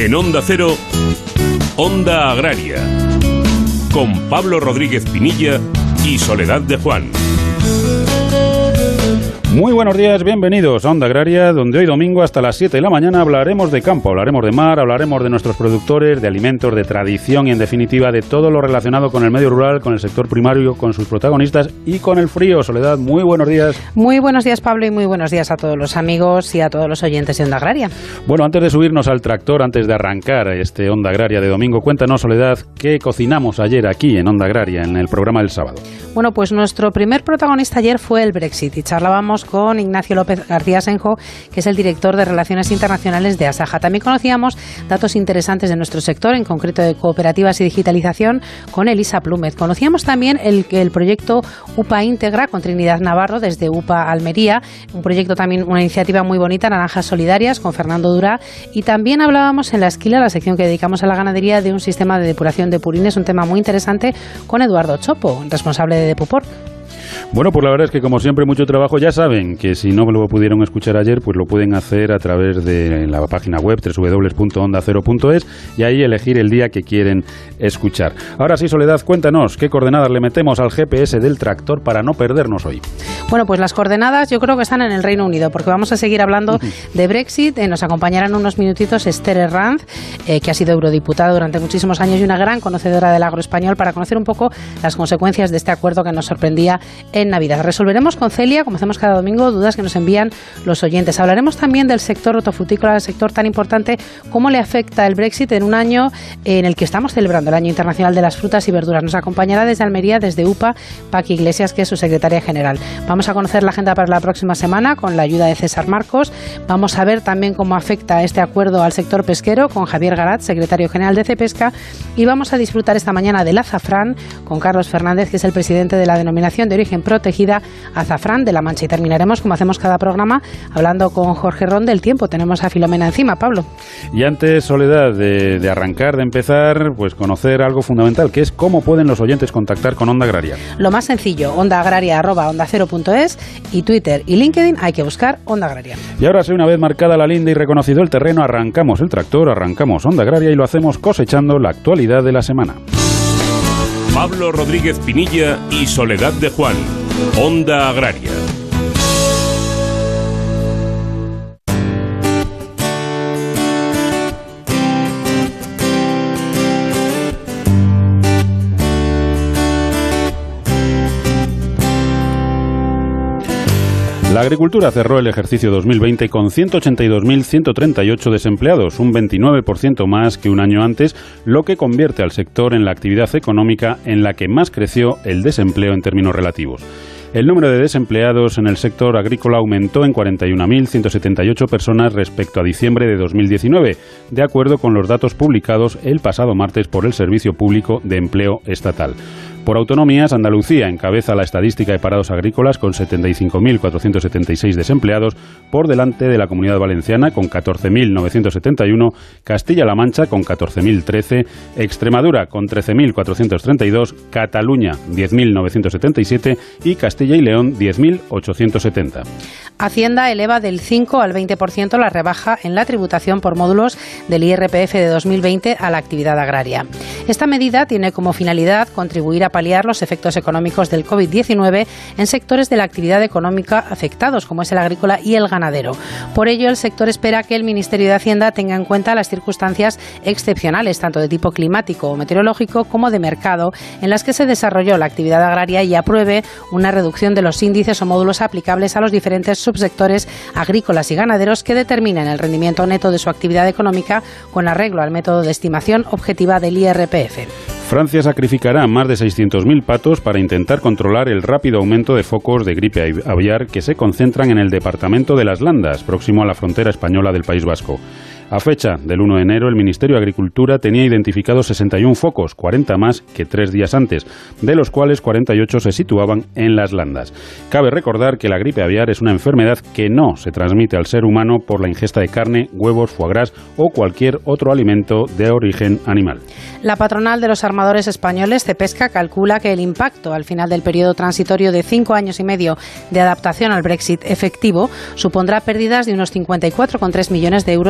En Onda Cero, Onda Agraria, con Pablo Rodríguez Pinilla y Soledad de Juan. Muy buenos días, bienvenidos a Onda Agraria, donde hoy domingo hasta las 7 de la mañana hablaremos de campo, hablaremos de mar, hablaremos de nuestros productores, de alimentos, de tradición y en definitiva de todo lo relacionado con el medio rural, con el sector primario, con sus protagonistas y con el frío. Soledad, muy buenos días. Muy buenos días, Pablo, y muy buenos días a todos los amigos y a todos los oyentes de Onda Agraria. Bueno, antes de subirnos al tractor, antes de arrancar este Onda Agraria de domingo, cuéntanos, Soledad, ¿qué cocinamos ayer aquí en Onda Agraria, en el programa del sábado? Bueno, pues nuestro primer protagonista ayer fue el Brexit y charlábamos con Ignacio López García Senjo, que es el director de Relaciones Internacionales de Asaja. También conocíamos datos interesantes de nuestro sector, en concreto de cooperativas y digitalización, con Elisa Plúmez. Conocíamos también el proyecto UPA Íntegra con Trinidad Navarro desde UPA Almería, un proyecto también, una iniciativa muy bonita, Naranjas Solidarias, con Fernando Durá, y también hablábamos en La Esquila, la sección que dedicamos a la ganadería, de un sistema de depuración de purines, un tema muy interesante, con Eduardo Chopo, responsable de Depupor. Bueno, pues la verdad es que como siempre mucho trabajo. Ya saben que si no lo pudieron escuchar ayer, pues lo pueden hacer a través de la página web www.ondacero.es y ahí elegir el día que quieren escuchar. Ahora sí, Soledad, cuéntanos qué coordenadas le metemos al GPS del tractor para no perdernos hoy. Bueno, pues las coordenadas yo creo que están en el Reino Unido, porque vamos a seguir hablando de Brexit. Nos acompañarán unos minutitos Esther Herranz, que ha sido eurodiputada durante muchísimos años y una gran conocedora del agro español, para conocer un poco las consecuencias de este acuerdo que nos sorprendía en Navidad. Resolveremos con Celia, como hacemos cada domingo, dudas que nos envían los oyentes. Hablaremos también del sector hortofrutícola, el sector tan importante, cómo le afecta el Brexit en un año en el que estamos celebrando el Año Internacional de las Frutas y Verduras. Nos acompañará desde Almería, desde UPA, Paqui Iglesias, que es su secretaria general. Vamos a conocer la agenda para la próxima semana con la ayuda de César Marcos. Vamos a ver también cómo afecta este acuerdo al sector pesquero con Javier Garat, secretario general de Cepesca. Y vamos a disfrutar esta mañana del azafrán con Carlos Fernández, que es el presidente de la denominación de origen protegida Azafrán de La Mancha. Y terminaremos, como hacemos cada programa, hablando con Jorge Ron del tiempo. Tenemos a Filomena encima, Pablo. Y antes, Soledad, de arrancar, de empezar, pues conocer algo fundamental, que es cómo pueden los oyentes contactar con Onda Agraria. Lo más sencillo, ondaagraria@ondacero.es, y Twitter y LinkedIn hay que buscar Onda Agraria. Y ahora sí, una vez marcada la linda y reconocido el terreno, arrancamos el tractor, arrancamos Onda Agraria y lo hacemos cosechando la actualidad de la semana. Pablo Rodríguez Pinilla y Soledad de Juan, Onda Agraria. La agricultura cerró el ejercicio 2020 con 182.138 desempleados, un 29% más que un año antes, lo que convierte al sector en la actividad económica en la que más creció el desempleo en términos relativos. El número de desempleados en el sector agrícola aumentó en 41.178 personas respecto a diciembre de 2019, de acuerdo con los datos publicados el pasado martes por el Servicio Público de Empleo Estatal. Por autonomías, Andalucía encabeza la estadística de parados agrícolas con 75.476 desempleados, por delante de la Comunidad Valenciana con 14.971, Castilla-La Mancha con 14.013, Extremadura con 13.432, Cataluña 10.977 y Castilla y León 10.870. Hacienda eleva del 5 al 20% la rebaja en la tributación por módulos del IRPF de 2020 a la actividad agraria. Esta medida tiene como finalidad contribuir a paliar los efectos económicos del COVID-19 en sectores de la actividad económica afectados, como es el agrícola y el ganadero. Por ello, el sector espera que el Ministerio de Hacienda tenga en cuenta las circunstancias excepcionales, tanto de tipo climático o meteorológico como de mercado, en las que se desarrolló la actividad agraria y apruebe una reducción de los índices o módulos aplicables a los diferentes subsectores agrícolas y ganaderos que determinen el rendimiento neto de su actividad económica con arreglo al método de estimación objetiva del IRPF. Francia sacrificará más de 600.000 patos para intentar controlar el rápido aumento de focos de gripe aviar que se concentran en el departamento de Las Landas, próximo a la frontera española del País Vasco. A fecha del 1 de enero, el Ministerio de Agricultura tenía identificados 61 focos, 40 más que 3 días antes, de los cuales 48 se situaban en Las Landas. Cabe recordar que la gripe aviar es una enfermedad que no se transmite al ser humano por la ingesta de carne, huevos, foie gras o cualquier otro alimento de origen animal. La patronal de los armadores españoles, Cepesca, calcula que el impacto al final del periodo transitorio de 5 años y medio de adaptación al Brexit efectivo supondrá pérdidas de unos 54,3 millones de euros y 4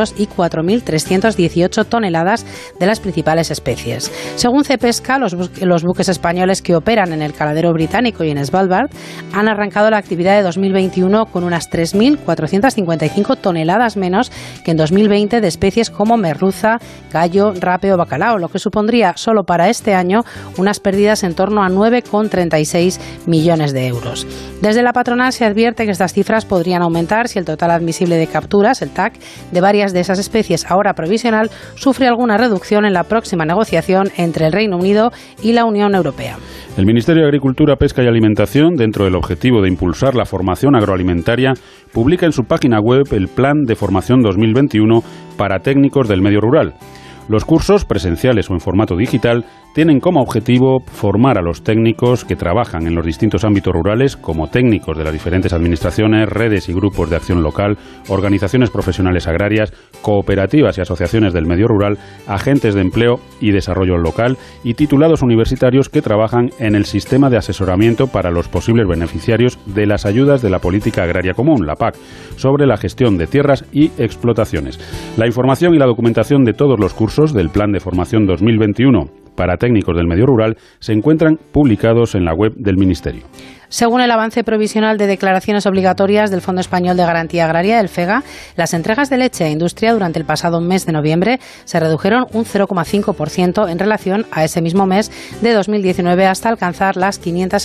4.318 toneladas de las principales especies. Según Cepesca, los buques españoles que operan en el caladero británico y en Svalbard han arrancado la actividad de 2021 con unas 3.455 toneladas menos que en 2020 de especies como merluza, gallo, rape o bacalao, lo que supondría solo para este año unas pérdidas en torno a 9,36 millones de euros. Desde la patronal se advierte que estas cifras podrían aumentar si el total admisible de capturas, el TAC, de varias de esas especies, ahora provisional, sufre alguna reducción en la próxima negociación entre el Reino Unido y la Unión Europea. El Ministerio de Agricultura, Pesca y Alimentación, dentro del objetivo de impulsar la formación agroalimentaria, publica en su página web el Plan de Formación 2021 para técnicos del medio rural. Los cursos, presenciales o en formato digital, tienen como objetivo formar a los técnicos que trabajan en los distintos ámbitos rurales como técnicos de las diferentes administraciones, redes y grupos de acción local, organizaciones profesionales agrarias, cooperativas y asociaciones del medio rural, agentes de empleo y desarrollo local y titulados universitarios que trabajan en el sistema de asesoramiento para los posibles beneficiarios de las ayudas de la Política Agraria Común, la PAC, sobre la gestión de tierras y explotaciones. La información y la documentación de todos los cursos del Plan de Formación 2021 para técnicos del medio rural se encuentran publicados en la web del Ministerio. Según el avance provisional de declaraciones obligatorias del Fondo Español de Garantía Agraria, el FEGA, las entregas de leche a industria durante el pasado mes de noviembre se redujeron un 0,5% en relación a ese mismo mes de 2019 hasta alcanzar las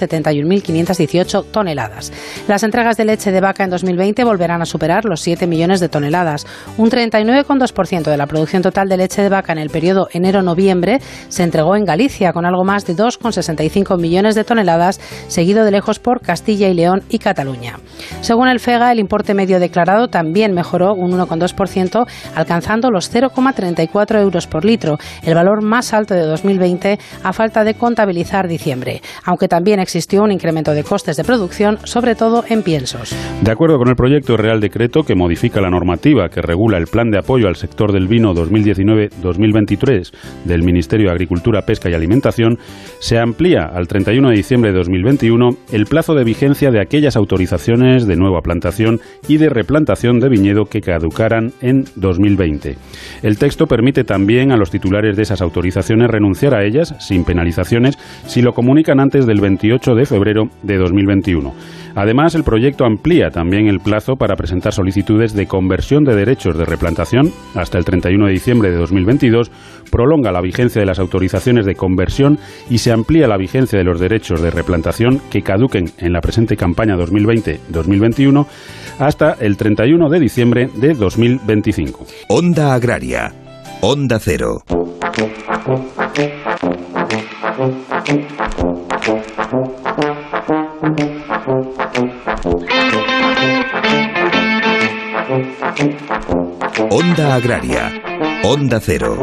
571.518 toneladas. Las entregas de leche de vaca en 2020 volverán a superar los 7 millones de toneladas. Un 39,2% de la producción total de leche de vaca en el periodo enero-noviembre se entregó en Galicia, con algo más de 2,65 millones de toneladas, seguido de lejos por Castilla y León y Cataluña. Según el FEGA, el importe medio declarado también mejoró un 1,2%, alcanzando los 0,34 euros por litro, el valor más alto de 2020 a falta de contabilizar diciembre, aunque también existió un incremento de costes de producción, sobre todo en piensos. De acuerdo con el proyecto Real Decreto que modifica la normativa que regula el Plan de Apoyo al Sector del Vino 2019-2023 del Ministerio de Agricultura, Pesca y Alimentación, se amplía al 31 de diciembre de 2021 el plazo de vigencia de aquellas autorizaciones de nueva plantación y de replantación de viñedo que caducaran en 2020. El texto permite también a los titulares de esas autorizaciones renunciar a ellas sin penalizaciones si lo comunican antes del 28 de febrero de 2021. Además, el proyecto amplía también el plazo para presentar solicitudes de conversión de derechos de replantación hasta el 31 de diciembre de 2022, prolonga la vigencia de las autorizaciones de conversión y se amplía la vigencia de los derechos de replantación que caduquen en la presente campaña 2020-2021 hasta el 31 de diciembre de 2025. Onda Agraria, Onda Cero. Onda Agraria, Onda Cero.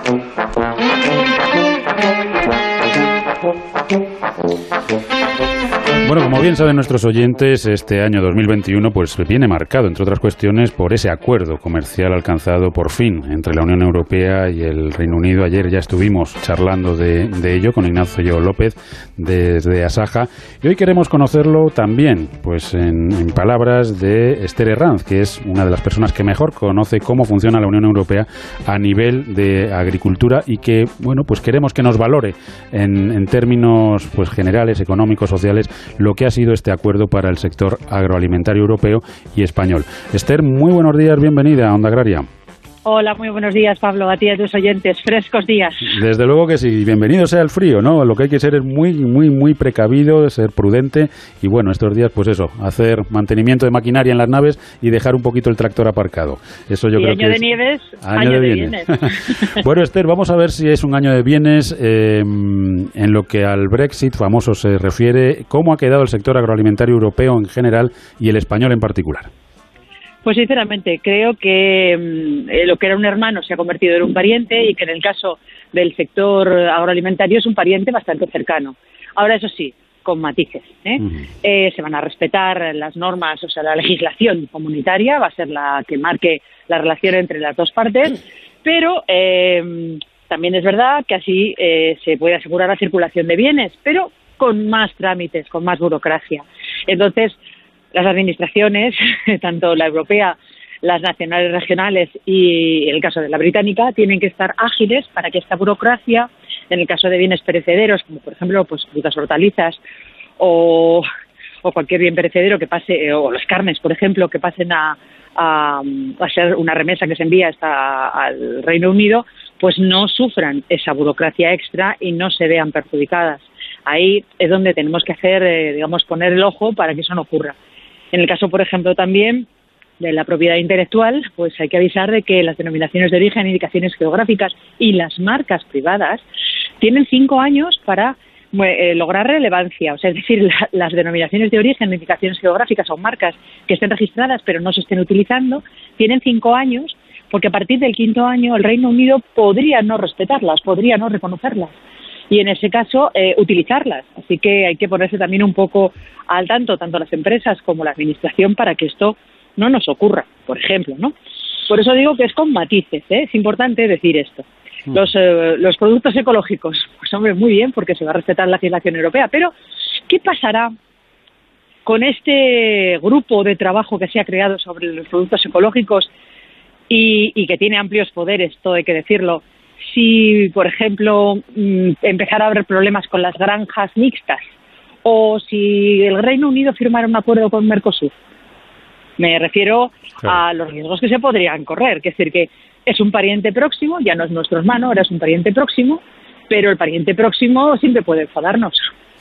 Bueno, como bien saben nuestros oyentes, este año 2021 pues viene marcado, entre otras cuestiones, por ese acuerdo comercial alcanzado por fin entre la Unión Europea y el Reino Unido. Ayer ya estuvimos charlando de ello con Ignacio López desde Asaja y hoy queremos conocerlo también, pues en palabras de Esther Herranz, que es una de las personas que mejor conoce cómo funciona la Unión Europea a nivel de agricultura y que, bueno, pues queremos que nos valore en términos pues generales, económicos, sociales, lo que ha sido este acuerdo para el sector agroalimentario europeo y español. Esther, muy buenos días, bienvenida a Onda Agraria. Hola, muy buenos días, Pablo, a ti y a tus oyentes. Frescos días. Desde luego que sí, bienvenido sea el frío, ¿no? Lo que hay que ser es muy precavido, ser prudente y bueno, estos días pues eso, hacer mantenimiento de maquinaria en las naves y dejar un poquito el tractor aparcado. Eso yo creo que año de nieves, año de bienes. Bueno, Esther, vamos a ver si es un año de bienes en lo que al Brexit famoso se refiere. ¿Cómo ha quedado el sector agroalimentario europeo en general y el español en particular? Pues sinceramente creo que lo que era un hermano se ha convertido en un pariente y que en el caso del sector agroalimentario es un pariente bastante cercano. Ahora, eso sí, con matices, se van a respetar las normas, o sea, la legislación comunitaria va a ser la que marque la relación entre las dos partes, pero también es verdad que así se puede asegurar la circulación de bienes, pero con más trámites, con más burocracia. Entonces, las administraciones, tanto la europea las nacionales, regionales y, en el caso de la británica, tienen que estar ágiles para que esta burocracia, en el caso de bienes perecederos, como por ejemplo pues frutas, hortalizas o cualquier bien perecedero que pase, o las carnes, por ejemplo, que pasen a ser una remesa que se envía al Reino Unido, pues no sufran esa burocracia extra y no se vean perjudicadas. Ahí es donde tenemos que hacer, poner el ojo para que eso no ocurra. En el caso, por ejemplo, también de la propiedad intelectual, pues hay que avisar de que las denominaciones de origen, indicaciones geográficas y las marcas privadas tienen 5 años para lograr relevancia. O sea, es decir, las denominaciones de origen, indicaciones geográficas o marcas que estén registradas pero no se estén utilizando, tienen 5 años, porque a partir del 5.º año el Reino Unido podría no respetarlas, podría no reconocerlas y en ese caso utilizarlas. Así que hay que ponerse también un poco al tanto, tanto las empresas como la administración, para que esto no nos ocurra, por ejemplo, ¿no? Por eso digo que es con matices, ¿eh? Es importante decir esto. Los productos ecológicos, pues hombre, muy bien, porque se va a respetar la legislación europea, pero ¿qué pasará con este grupo de trabajo que se ha creado sobre los productos ecológicos y que tiene amplios poderes, todo hay que decirlo, si, por ejemplo, empezara a haber problemas con las granjas mixtas o si el Reino Unido firmara un acuerdo con Mercosur? Me refiero a los riesgos que se podrían correr, que es decir, que es un pariente próximo, ya no es nuestro hermano, ahora es un pariente próximo, pero el pariente próximo siempre puede enfadarnos.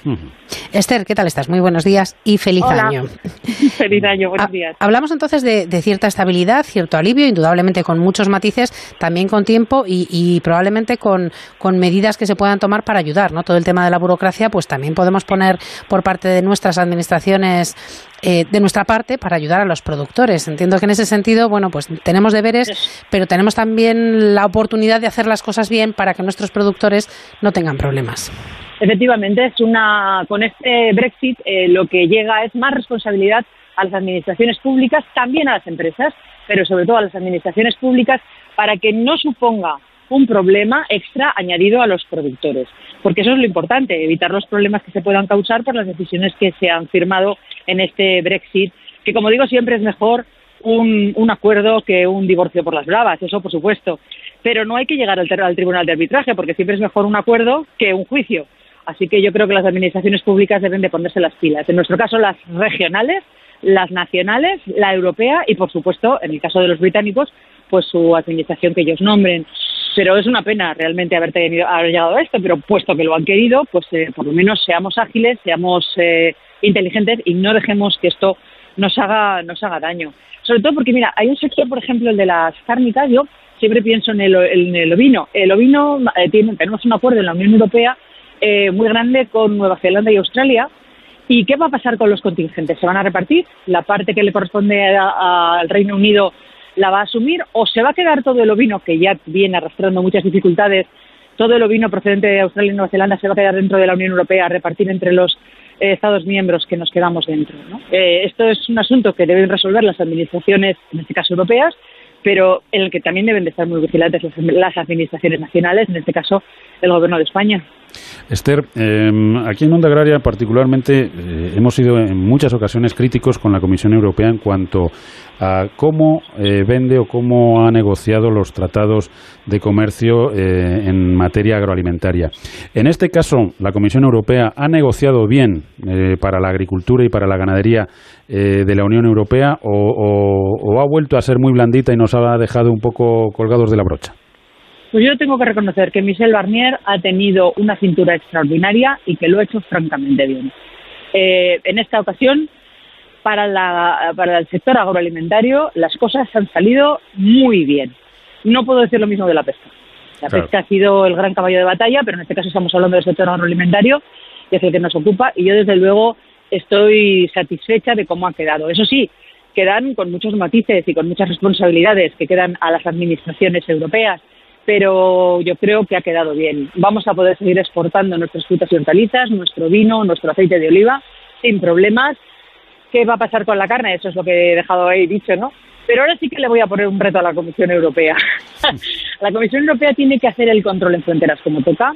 Esther, ¿qué tal estás? Muy buenos días y feliz año. Feliz año, buenos días. Hablamos entonces de cierta estabilidad, cierto alivio, indudablemente con muchos matices, también con tiempo y probablemente con medidas que se puedan tomar para ayudar, ¿no? Todo el tema de la burocracia, pues también podemos poner por parte de nuestras administraciones, de nuestra parte, para ayudar a los productores. Entiendo que en ese sentido, bueno, pues tenemos deberes, pero tenemos también la oportunidad de hacer las cosas bien para que nuestros productores no tengan problemas. Efectivamente, con este Brexit lo que llega es más responsabilidad a las administraciones públicas, también a las empresas, pero sobre todo a las administraciones públicas, para que no suponga un problema extra añadido a los productores. Porque eso es lo importante, evitar los problemas que se puedan causar por las decisiones que se han firmado en este Brexit, que como digo siempre es mejor un acuerdo que un divorcio por las bravas, eso por supuesto. Pero no hay que llegar al tribunal de arbitraje, porque siempre es mejor un acuerdo que un juicio. Así que yo creo que las administraciones públicas deben de ponerse las pilas. En nuestro caso, las regionales, las nacionales, la europea y, por supuesto, en el caso de los británicos, pues su administración que ellos nombren. Pero es una pena realmente haber llegado a esto, pero puesto que lo han querido, pues por lo menos seamos ágiles, seamos inteligentes y no dejemos que esto nos haga daño. Sobre todo porque, mira, hay un sector, por ejemplo, el de las cárnicas. Yo siempre pienso en el ovino. El ovino, tenemos un acuerdo en la Unión Europea muy grande con Nueva Zelanda y Australia. ¿Y qué va a pasar con los contingentes? ¿Se van a repartir? ¿La parte que le corresponde al Reino Unido la va a asumir? ¿O se va a quedar todo el ovino, que ya viene arrastrando muchas dificultades, todo el ovino procedente de Australia y Nueva Zelanda se va a quedar dentro de la Unión Europea a repartir entre los Estados miembros que nos quedamos dentro, ¿no? Esto es un asunto que deben resolver las administraciones, en este caso europeas, pero en el que también deben de estar muy vigilantes las administraciones nacionales, en este caso el Gobierno de España. Esther, aquí en Onda Agraria particularmente hemos sido en muchas ocasiones críticos con la Comisión Europea en cuanto a cómo vende o cómo ha negociado los tratados de comercio en materia agroalimentaria. En este caso, la Comisión Europea ha negociado bien para la agricultura y para la ganadería de la Unión Europea o ha vuelto a ser muy blandita y nos ha dejado un poco colgados de la brocha. Pues yo tengo que reconocer que Michel Barnier ha tenido una cintura extraordinaria y que lo ha hecho francamente bien. En esta ocasión, para el sector agroalimentario, las cosas han salido muy bien. No puedo decir lo mismo de la pesca. La pesca ha sido el gran caballo de batalla, pero en este caso estamos hablando del sector agroalimentario, que es el que nos ocupa, y yo desde luego estoy satisfecha de cómo ha quedado. Eso sí, quedan con muchos matices y con muchas responsabilidades que quedan a las administraciones europeas, pero yo creo que ha quedado bien. Vamos a poder seguir exportando nuestras frutas y hortalizas, nuestro vino, nuestro aceite de oliva, sin problemas. ¿Qué va a pasar con la carne? Eso es lo que he dejado ahí dicho, ¿no? Pero ahora sí que le voy a poner un reto a la Comisión Europea. La Comisión Europea tiene que hacer el control en fronteras como toca.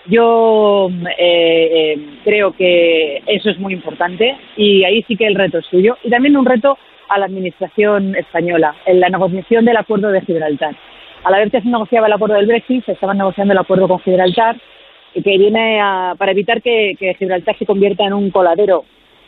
Yo creo que eso es muy importante y ahí sí que el reto es suyo. Y también un reto a la administración española en la negociación del acuerdo de Gibraltar. A la vez que se negociaba el acuerdo del Brexit, se estaba negociando el acuerdo con Gibraltar, que viene para evitar que Gibraltar se convierta en un coladero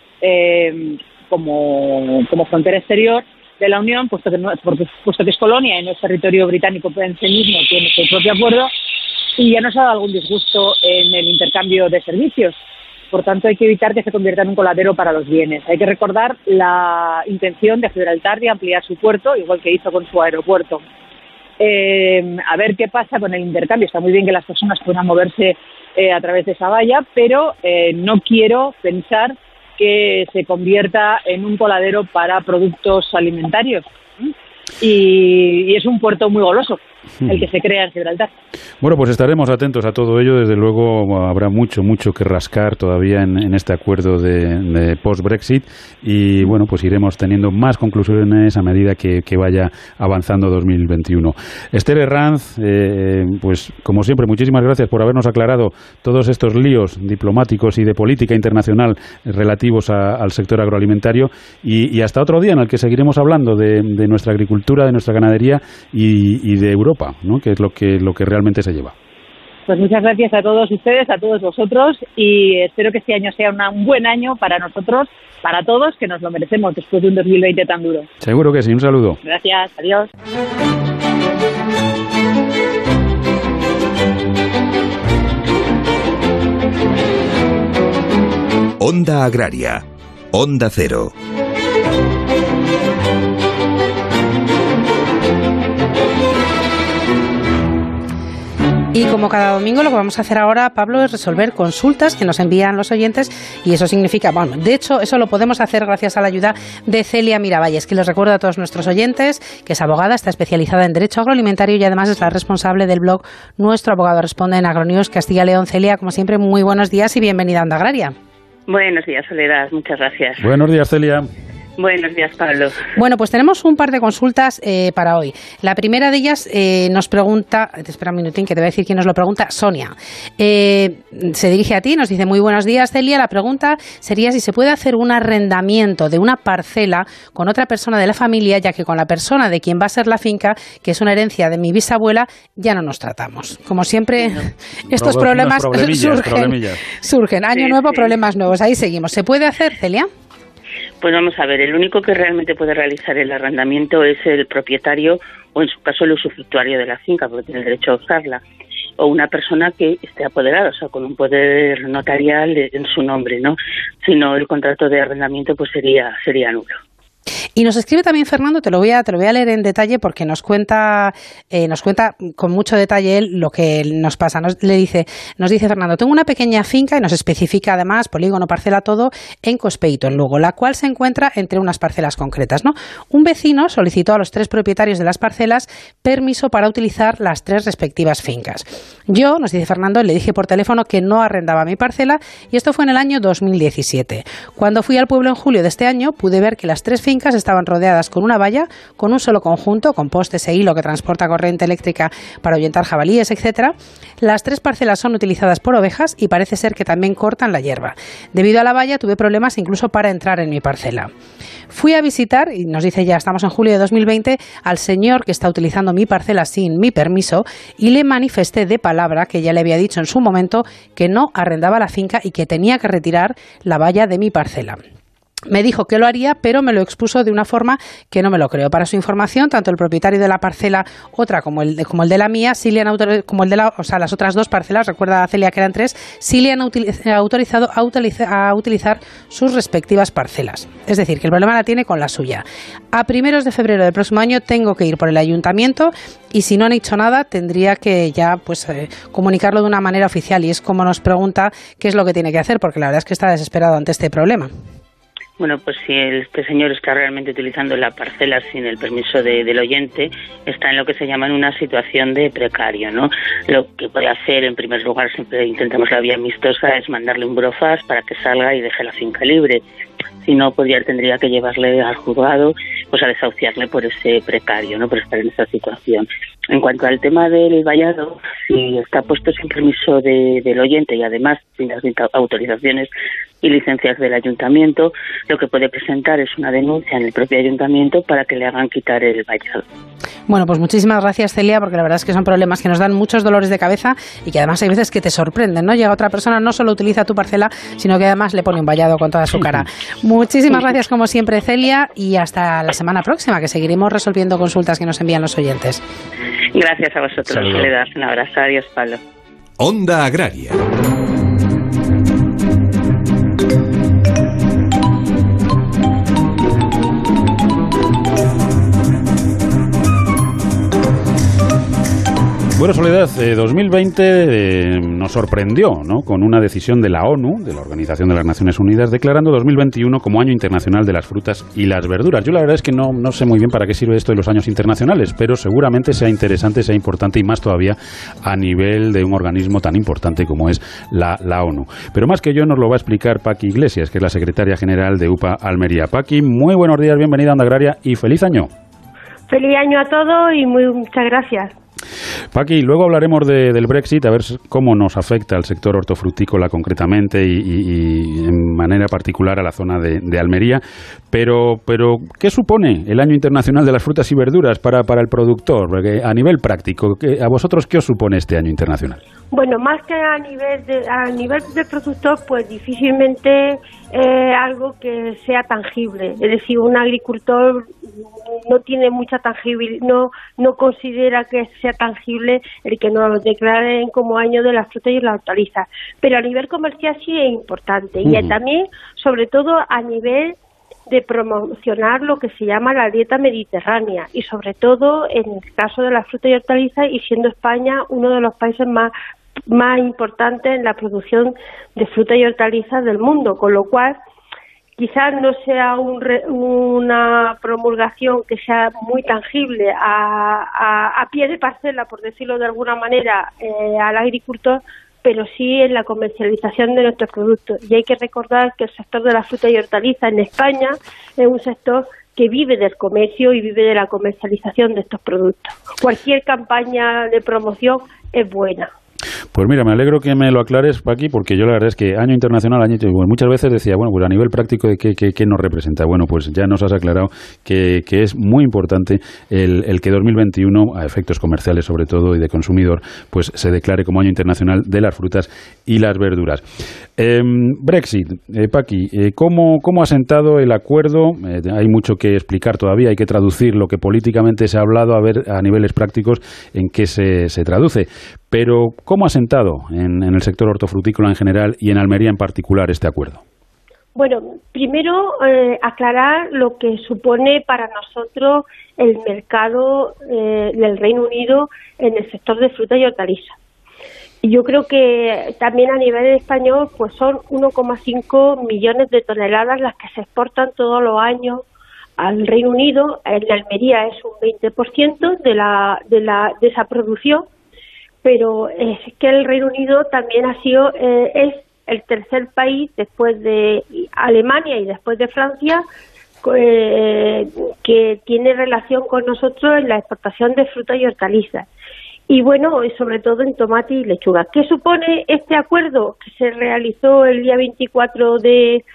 como frontera exterior de la Unión, puesto que es colonia y no es territorio británico en sí mismo, tiene su propio acuerdo, y ya nos ha dado algún disgusto en el intercambio de servicios. Por tanto, hay que evitar que se convierta en un coladero para los bienes. Hay que recordar la intención de Gibraltar de ampliar su puerto, igual que hizo con su aeropuerto. A ver qué pasa con el intercambio. Está muy bien que las personas puedan moverse a través de esa valla, pero no quiero pensar que se convierta en un coladero para productos alimentarios. Y es un puerto muy goloso el que se crea en Gibraltar. Bueno, pues estaremos atentos a todo ello. Desde luego habrá mucho que rascar todavía en este acuerdo de post-Brexit y bueno, pues iremos teniendo más conclusiones a medida que vaya avanzando 2021. Esther Herranz, pues como siempre, muchísimas gracias por habernos aclarado todos estos líos diplomáticos y de política internacional relativos al sector agroalimentario y hasta otro día en el que seguiremos hablando de nuestra agricultura, de nuestra ganadería y de Europa, ¿no? Que es lo que realmente se lleva. Pues muchas gracias a todos ustedes, a todos vosotros, y espero que este año sea un buen año para nosotros, para todos, que nos lo merecemos después de un 2020 tan duro. Seguro que sí, un saludo. Gracias, adiós. Onda Agraria, Onda Cero. Y como cada domingo, lo que vamos a hacer ahora, Pablo, es resolver consultas que nos envían los oyentes y eso significa, bueno, de hecho, eso lo podemos hacer gracias a la ayuda de Celia Miravalles, que les recuerdo a todos nuestros oyentes que es abogada, está especializada en Derecho Agroalimentario y además es la responsable del blog Nuestro Abogado Responde en Agronews Castilla y León. Celia, como siempre, muy buenos días y bienvenida a Onda Agraria. Buenos días, Soledad, muchas gracias. Buenos días, Celia. Buenos días, Pablo. Bueno, pues tenemos un par de consultas para hoy. La primera de ellas nos pregunta, espera un minutín que te voy a decir quién nos lo pregunta, Sonia. Se dirige a ti, nos dice: muy buenos días, Celia. La pregunta sería si se puede hacer un arrendamiento de una parcela con otra persona de la familia, ya que con la persona de quien va a ser la finca, que es una herencia de mi bisabuela, ya no nos tratamos. Como siempre, estos problemas surgen. Año nuevo, problemas nuevos. Ahí seguimos. ¿Se puede hacer, Celia? Pues vamos a ver, el único que realmente puede realizar el arrendamiento es el propietario o en su caso el usufructuario de la finca, porque tiene el derecho a usarla, o una persona que esté apoderada, o sea, con un poder notarial en su nombre, ¿no? Si no, el contrato de arrendamiento pues sería nulo. Y nos escribe también Fernando, te lo voy a leer en detalle porque nos cuenta con mucho detalle él lo que nos pasa. Nos dice Fernando: tengo una pequeña finca, y nos especifica además polígono, parcela, todo, en Cospeito, en Lugo, la cual se encuentra entre unas parcelas concretas, ¿no? Un vecino solicitó a los 3 propietarios de las parcelas permiso para utilizar las 3 respectivas fincas. Yo, nos dice Fernando, le dije por teléfono que no arrendaba mi parcela y esto fue en el año 2017. Cuando fui al pueblo en julio de este año pude ver que las 3 fincas estaban rodeadas con una valla, con un solo conjunto, con postes e hilo que transporta corriente eléctrica para ahuyentar jabalíes, etcétera. Las 3 parcelas son utilizadas por ovejas y parece ser que también cortan la hierba. Debido a la valla tuve problemas incluso para entrar en mi parcela. Fui a visitar, y nos dice ya, estamos en julio de 2020, al señor que está utilizando mi parcela sin mi permiso y le manifesté de palabra que ya le había dicho en su momento que no arrendaba la finca y que tenía que retirar la valla de mi parcela. Me dijo que lo haría, pero me lo expuso de una forma que no me lo creo. Para su información, tanto el propietario de la parcela, otra como el de la mía, sí le han como el de las otras 2 parcelas, recuerda Celia que eran 3, sí le han autorizado a utilizar sus respectivas parcelas. Es decir, que el problema la tiene con la suya. A primeros de febrero del próximo año tengo que ir por el ayuntamiento y si no han hecho nada tendría que ya comunicarlo de una manera oficial, y es como nos pregunta qué es lo que tiene que hacer, porque la verdad es que está desesperado ante este problema. Bueno, pues si este señor está realmente utilizando la parcela sin el permiso del oyente, está en lo que se llama en una situación de precario, ¿no? Lo que puede hacer, en primer lugar, siempre intentamos la vía amistosa, es mandarle un burofax para que salga y deje la finca libre. Si no, tendría que llevarle al juzgado, pues a desahuciarle por ese precario, ¿no? Por estar en esa situación. En cuanto al tema del vallado, si está puesto sin permiso del oyente y además sin las autorizaciones y licencias del ayuntamiento, lo que puede presentar es una denuncia en el propio ayuntamiento para que le hagan quitar el vallado. Bueno, pues muchísimas gracias, Celia, porque la verdad es que son problemas que nos dan muchos dolores de cabeza y que además hay veces que te sorprenden, ¿no? Llega otra persona, no solo utiliza tu parcela, sino que además le pone un vallado con toda su cara. Muchísimas gracias, como siempre, Celia, y hasta la semana próxima, que seguiremos resolviendo consultas que nos envían los oyentes. Gracias a vosotros, Soledad. Un abrazo. Adiós, Pablo. Onda Agraria. Bueno, Soledad, 2020 nos sorprendió, ¿no?, con una decisión de la ONU, de la Organización de las Naciones Unidas, declarando 2021 como Año Internacional de las Frutas y las Verduras. Yo la verdad es que no sé muy bien para qué sirve esto de los años internacionales, pero seguramente sea interesante, sea importante y más todavía a nivel de un organismo tan importante como es la ONU. Pero más que yo nos lo va a explicar Paqui Iglesias, que es la secretaria general de UPA Almería. Paqui, muy buenos días, bienvenida a Onda Agraria y feliz año. Feliz año a todos y muchas gracias. Paqui, luego hablaremos del Brexit, a ver cómo nos afecta al sector hortofrutícola concretamente y en manera particular a la zona de Almería. Pero ¿qué supone el Año Internacional de las Frutas y Verduras para el productor? Porque a nivel práctico, ¿a vosotros qué os supone este Año Internacional? Bueno, más que a nivel del productor, pues difícilmente algo que sea tangible. Es decir, un agricultor no tiene mucha tangibilidad, no considera que sea tangible el que nos lo declaren como año de las frutas y las hortalizas. Pero a nivel comercial sí es importante. Y también, sobre todo, a nivel de promocionar lo que se llama la dieta mediterránea y sobre todo en el caso de las frutas y hortalizas, y siendo España uno de los países más importantes en la producción de frutas y hortalizas del mundo, con lo cual quizás no sea una promulgación que sea muy tangible a pie de parcela, por decirlo de alguna manera, al agricultor, pero sí en la comercialización de nuestros productos. Y hay que recordar que el sector de la fruta y hortaliza en España es un sector que vive del comercio y vive de la comercialización de estos productos. Cualquier campaña de promoción es buena. Pues mira, me alegro que me lo aclares, Paqui, porque yo la verdad es que año internacional, muchas veces decía, bueno, pues a nivel práctico, ¿qué nos representa? Bueno, pues ya nos has aclarado que es muy importante el que 2021, a efectos comerciales sobre todo y de consumidor, pues se declare como Año Internacional de las Frutas y las Verduras. Brexit, Paqui, ¿cómo ha sentado el acuerdo? Hay mucho que explicar todavía, hay que traducir lo que políticamente se ha hablado, a ver a niveles prácticos en qué se traduce. Pero, ¿cómo ha sentado en el sector hortofrutícola en general y en Almería en particular este acuerdo? Bueno, primero aclarar lo que supone para nosotros el mercado del Reino Unido en el sector de frutas y hortalizas. Y yo creo que también a nivel español pues son 1,5 millones de toneladas las que se exportan todos los años al Reino Unido. En la Almería es un 20% de esa producción. Pero es que el Reino Unido también es el tercer país después de Alemania y después de Francia que tiene relación con nosotros en la exportación de frutas y hortalizas. Y bueno, sobre todo en tomate y lechuga. ¿Qué supone este acuerdo que se realizó el día 24 de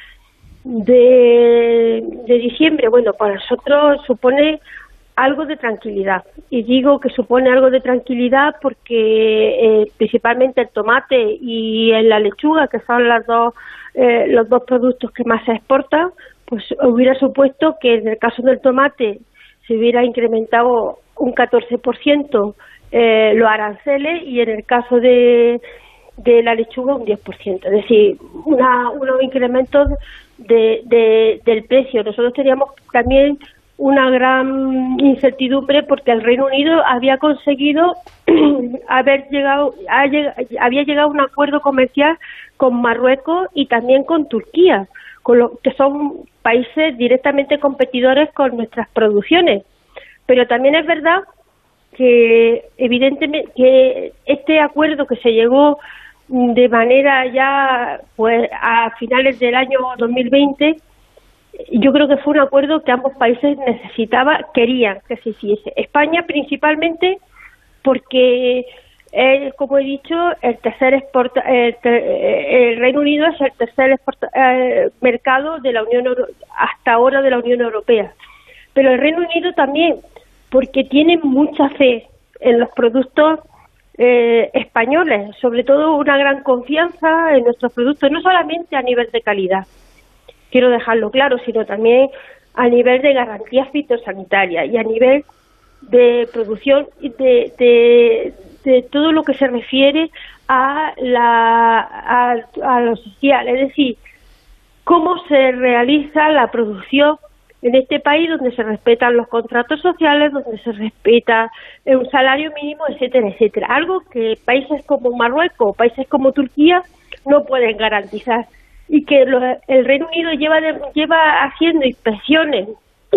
diciembre? Bueno, para nosotros supone algo de tranquilidad, y digo que supone algo de tranquilidad porque principalmente el tomate y la lechuga, que son los dos productos que más se exportan, pues hubiera supuesto que en el caso del tomate se hubiera incrementado un 14% los aranceles y en el caso de la lechuga un 10%, es decir, unos incrementos del precio. Nosotros teníamos también una gran incertidumbre porque el Reino Unido había conseguido había llegado a un acuerdo comercial con Marruecos y también con Turquía, que son países directamente competidores con nuestras producciones. Pero también es verdad que evidentemente que este acuerdo que se llegó de manera ya pues a finales del año 2020, yo creo que fue un acuerdo que ambos países querían que se hiciese. España principalmente porque como he dicho, el Reino Unido es el tercer mercado de la hasta ahora de la Unión Europea. Pero el Reino Unido también, porque tiene mucha fe en los productos españoles, sobre todo una gran confianza en nuestros productos, no solamente a nivel de calidad, quiero dejarlo claro, sino también a nivel de garantías fitosanitarias y a nivel de producción de todo lo que se refiere a lo social, es decir, cómo se realiza la producción en este país donde se respetan los contratos sociales, donde se respeta un salario mínimo, etcétera, etcétera. Algo que países como Marruecos, países como Turquía no pueden garantizar. Y que el Reino Unido lleva haciendo inspecciones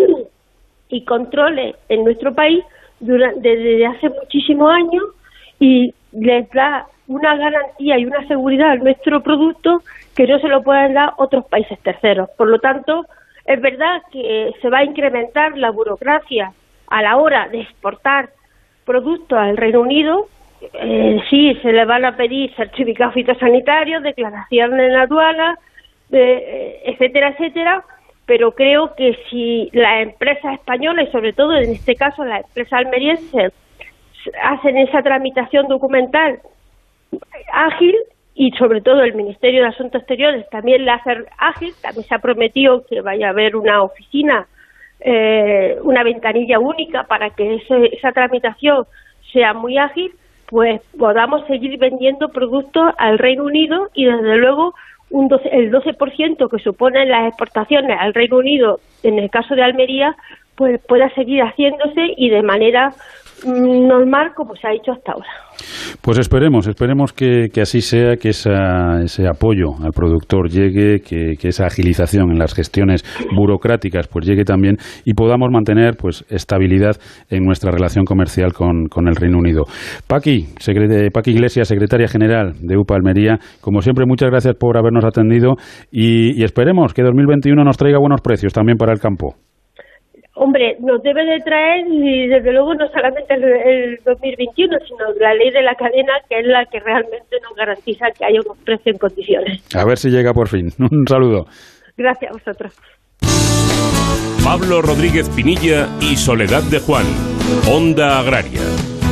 y controles en nuestro país desde hace muchísimos años y les da una garantía y una seguridad a nuestro producto que no se lo pueden dar otros países terceros. Por lo tanto, es verdad que se va a incrementar la burocracia a la hora de exportar productos al Reino Unido. Sí, se le van a pedir certificados fitosanitarios, declaraciones en la aduana, etcétera, etcétera, pero creo que si las empresas españolas, y sobre todo en este caso las empresas almerienses, hacen esa tramitación documental ágil, y sobre todo el Ministerio de Asuntos Exteriores también la hace ágil, también se ha prometido que vaya a haber una oficina, una ventanilla única para que esa tramitación sea muy ágil, pues podamos seguir vendiendo productos al Reino Unido y desde luego el 12% que suponen las exportaciones al Reino Unido, en el caso de Almería, pues pueda seguir haciéndose y de manera normal como se ha hecho hasta ahora. Pues esperemos que así sea, que ese apoyo al productor llegue, que esa agilización en las gestiones burocráticas pues llegue también y podamos mantener pues estabilidad en nuestra relación comercial con el Reino Unido. Paqui Iglesias, secretaria general de UPA Almería, como siempre, muchas gracias por habernos atendido y esperemos que 2021 nos traiga buenos precios también para el campo. Hombre, nos debe de traer, y desde luego no solamente el 2021, sino la ley de la cadena, que es la que realmente nos garantiza que haya unos precios en condiciones. A ver si llega por fin. Un saludo. Gracias a vosotros. Pablo Rodríguez Pinilla y Soledad de Juan, Onda Agraria.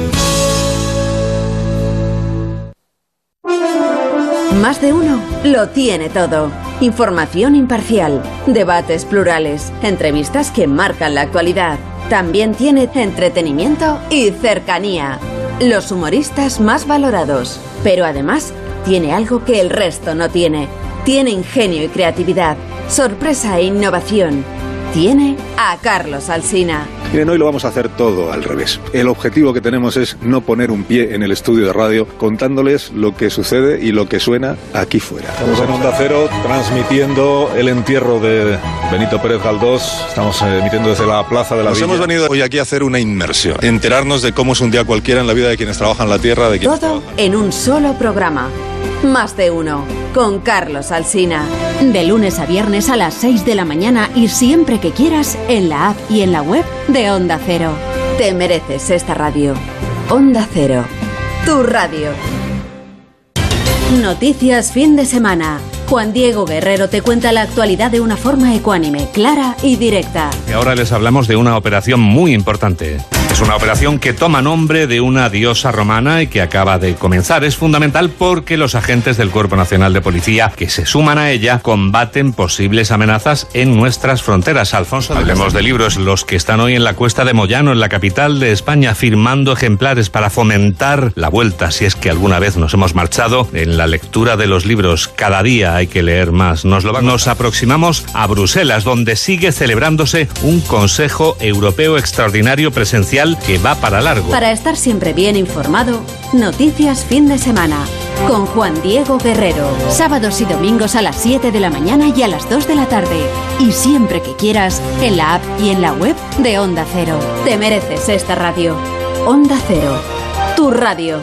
Más de uno lo tiene todo. Información imparcial, debates plurales, entrevistas que marcan la actualidad. También tiene entretenimiento y cercanía. Los humoristas más valorados. Pero además tiene algo que el resto no tiene. Tiene ingenio y creatividad, sorpresa e innovación. Tiene a Carlos Alsina. Miren, hoy lo vamos a hacer todo al revés. El objetivo que tenemos es no poner un pie en el estudio de radio contándoles lo que sucede y lo que suena aquí fuera. Estamos en Onda Cero transmitiendo el entierro de Benito Pérez Galdós. Estamos emitiendo desde la Plaza de la Villa. Nos hemos venido hoy aquí a hacer una inmersión, enterarnos de cómo es un día cualquiera en la vida de quienes trabajan la tierra. Todo en un solo programa. Más de uno, con Carlos Alsina. De lunes a viernes a las 6 de la mañana y siempre que quieras en la app y en la web de Onda Cero. Te mereces esta radio. Onda Cero, tu radio. Noticias fin de semana. Juan Diego Guerrero te cuenta la actualidad de una forma ecuánime, clara y directa. Y ahora les hablamos de una operación muy importante. Es una operación que toma nombre de una diosa romana y que acaba de comenzar. Es fundamental porque los agentes del Cuerpo Nacional de Policía que se suman a ella combaten posibles amenazas en nuestras fronteras. Alfonso, hablemos de libros. Los que están hoy en la Cuesta de Moyano, en la capital de España, firmando ejemplares para fomentar la vuelta, si es que alguna vez nos hemos marchado, en la lectura de los libros. Cada día hay que leer más. Nos aproximamos a Bruselas, donde sigue celebrándose un Consejo Europeo Extraordinario presencial que va para largo. Para estar siempre bien informado, Noticias fin de semana con Juan Diego Guerrero. Sábados y domingos a las 7 de la mañana y a las 2 de la tarde. Y siempre que quieras, en la app y en la web de Onda Cero. Te mereces esta radio. Onda Cero, tu radio.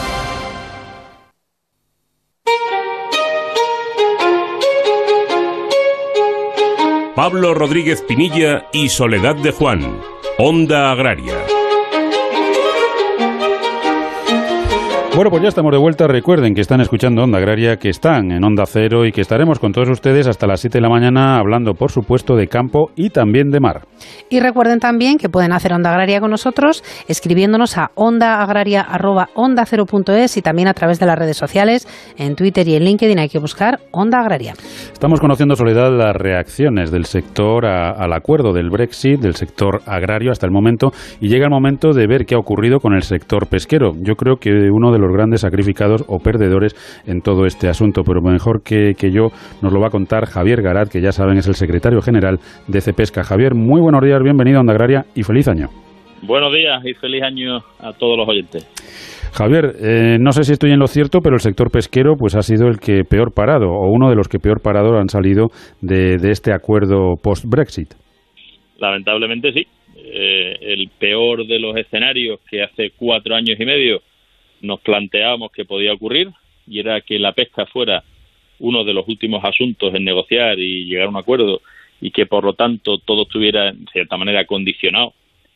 Pablo Rodríguez Pinilla y Soledad de Juan, Onda Agraria. Bueno, pues ya estamos de vuelta. Recuerden que están escuchando Onda Agraria, que están en Onda Cero y que estaremos con todos ustedes hasta las 7 de la mañana hablando, por supuesto, de campo y también de mar. Y recuerden también que pueden hacer Onda Agraria con nosotros escribiéndonos a ondaagraria@ondacero.es y también a través de las redes sociales, en Twitter y en LinkedIn hay que buscar Onda Agraria. Estamos conociendo, Soledad, las reacciones del sector al acuerdo del Brexit, del sector agrario hasta el momento, y llega el momento de ver qué ha ocurrido con el sector pesquero. Yo creo que uno de los grandes sacrificados o perdedores en todo este asunto, pero mejor que yo nos lo va a contar Javier Garat, que ya saben es el secretario general de Cepesca. Javier, muy buenos días, bienvenido a Onda Agraria y feliz año. Buenos días y feliz año a todos los oyentes. Javier, no sé si estoy en lo cierto, pero el sector pesquero pues ha sido el que peor parado, o uno de los que peor parado han salido de este acuerdo post-Brexit. Lamentablemente sí. El peor de los escenarios que hace 4 años y medio nos planteábamos que podía ocurrir, y era que la pesca fuera uno de los últimos asuntos en negociar y llegar a un acuerdo, y que por lo tanto todo estuviera en cierta manera condicionado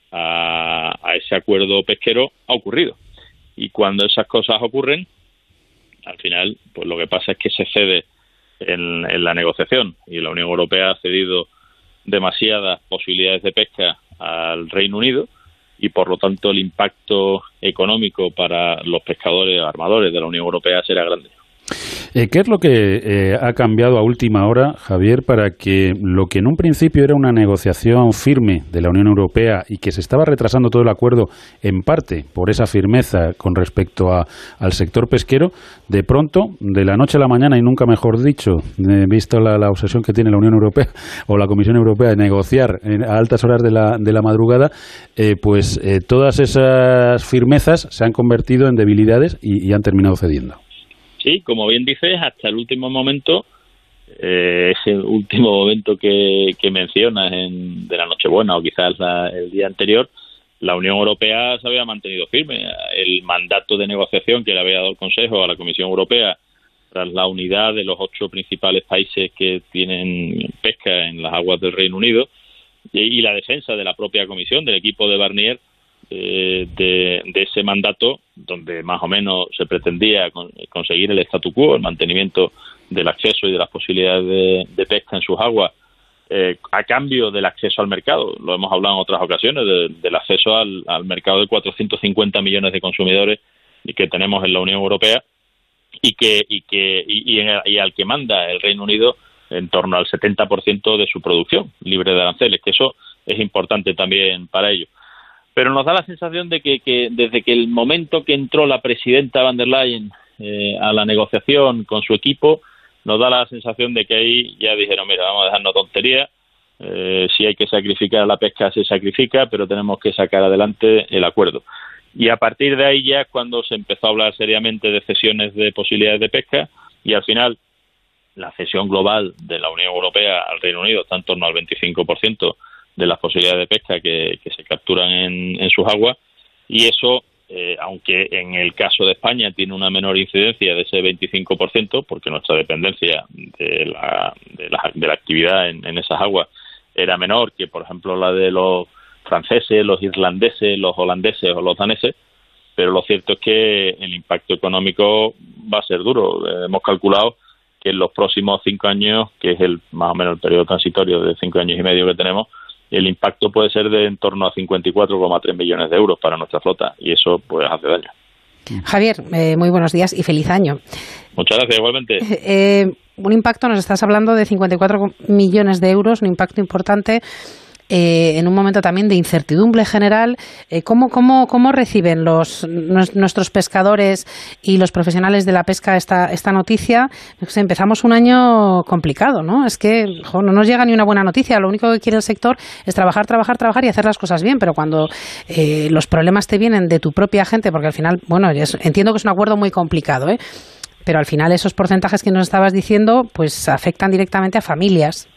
a ese acuerdo pesquero, ha ocurrido. Y cuando esas cosas ocurren, al final pues lo que pasa es que se cede en la negociación, y la Unión Europea ha cedido demasiadas posibilidades de pesca al Reino Unido, y por lo tanto el impacto económico para los pescadores armadores de la Unión Europea será grande. ¿Qué es lo que ha cambiado a última hora, Javier, para que lo que en un principio era una negociación firme de la Unión Europea y que se estaba retrasando todo el acuerdo en parte por esa firmeza con respecto al sector pesquero, de pronto, de la noche a la mañana, y nunca mejor dicho, visto la obsesión que tiene la Unión Europea o la Comisión Europea de negociar a altas horas de la madrugada, todas esas firmezas se han convertido en debilidades y han terminado cediendo? Sí, como bien dices, hasta el último momento, ese último momento que mencionas de la Nochebuena o quizás el día anterior, la Unión Europea se había mantenido firme. El mandato de negociación que le había dado el Consejo a la Comisión Europea tras la unidad de los 8 principales países que tienen pesca en las aguas del Reino Unido, y la defensa de la propia Comisión, del equipo de Barnier, de ese mandato, donde más o menos se pretendía conseguir el statu quo, el mantenimiento del acceso y de las posibilidades de pesca en sus aguas, a cambio del acceso al mercado. Lo hemos hablado en otras ocasiones, del acceso al mercado de 450 millones de consumidores que tenemos en la Unión Europea, y al que manda el Reino Unido en torno al 70% de su producción libre de aranceles, que eso es importante también para ellos. Pero nos da la sensación de que desde que el momento que entró la presidenta van der Leyen a la negociación con su equipo, nos da la sensación de que ahí ya dijeron, mira, vamos a dejarnos tonterías, si hay que sacrificar a la pesca se sacrifica, pero tenemos que sacar adelante el acuerdo. Y a partir de ahí ya es cuando se empezó a hablar seriamente de cesiones de posibilidades de pesca, y al final la cesión global de la Unión Europea al Reino Unido está en torno al 25% de las posibilidades de pesca que se capturan en sus aguas, y eso, aunque en el caso de España tiene una menor incidencia de ese 25%, porque nuestra dependencia de la actividad en esas aguas era menor que, por ejemplo, la de los franceses, los irlandeses, los holandeses o los daneses, pero lo cierto es que el impacto económico va a ser duro. Hemos calculado que en los próximos 5 años, que es más o menos el periodo transitorio de 5 años y medio que tenemos, el impacto puede ser de en torno a 54,3 millones de euros para nuestra flota, y eso pues hace daño. Javier, muy buenos días y feliz año. Muchas gracias, igualmente. Un impacto, nos estás hablando de 54 millones de euros, un impacto importante. En un momento también de incertidumbre general. ¿Cómo reciben nuestros pescadores y los profesionales de la pesca esta noticia? Empezamos un año complicado, ¿no? Es que no nos llega ni una buena noticia. Lo único que quiere el sector es trabajar y hacer las cosas bien, pero cuando los problemas te vienen de tu propia gente, porque al final, entiendo que es un acuerdo muy complicado, pero al final esos porcentajes que nos estabas diciendo pues afectan directamente a familias.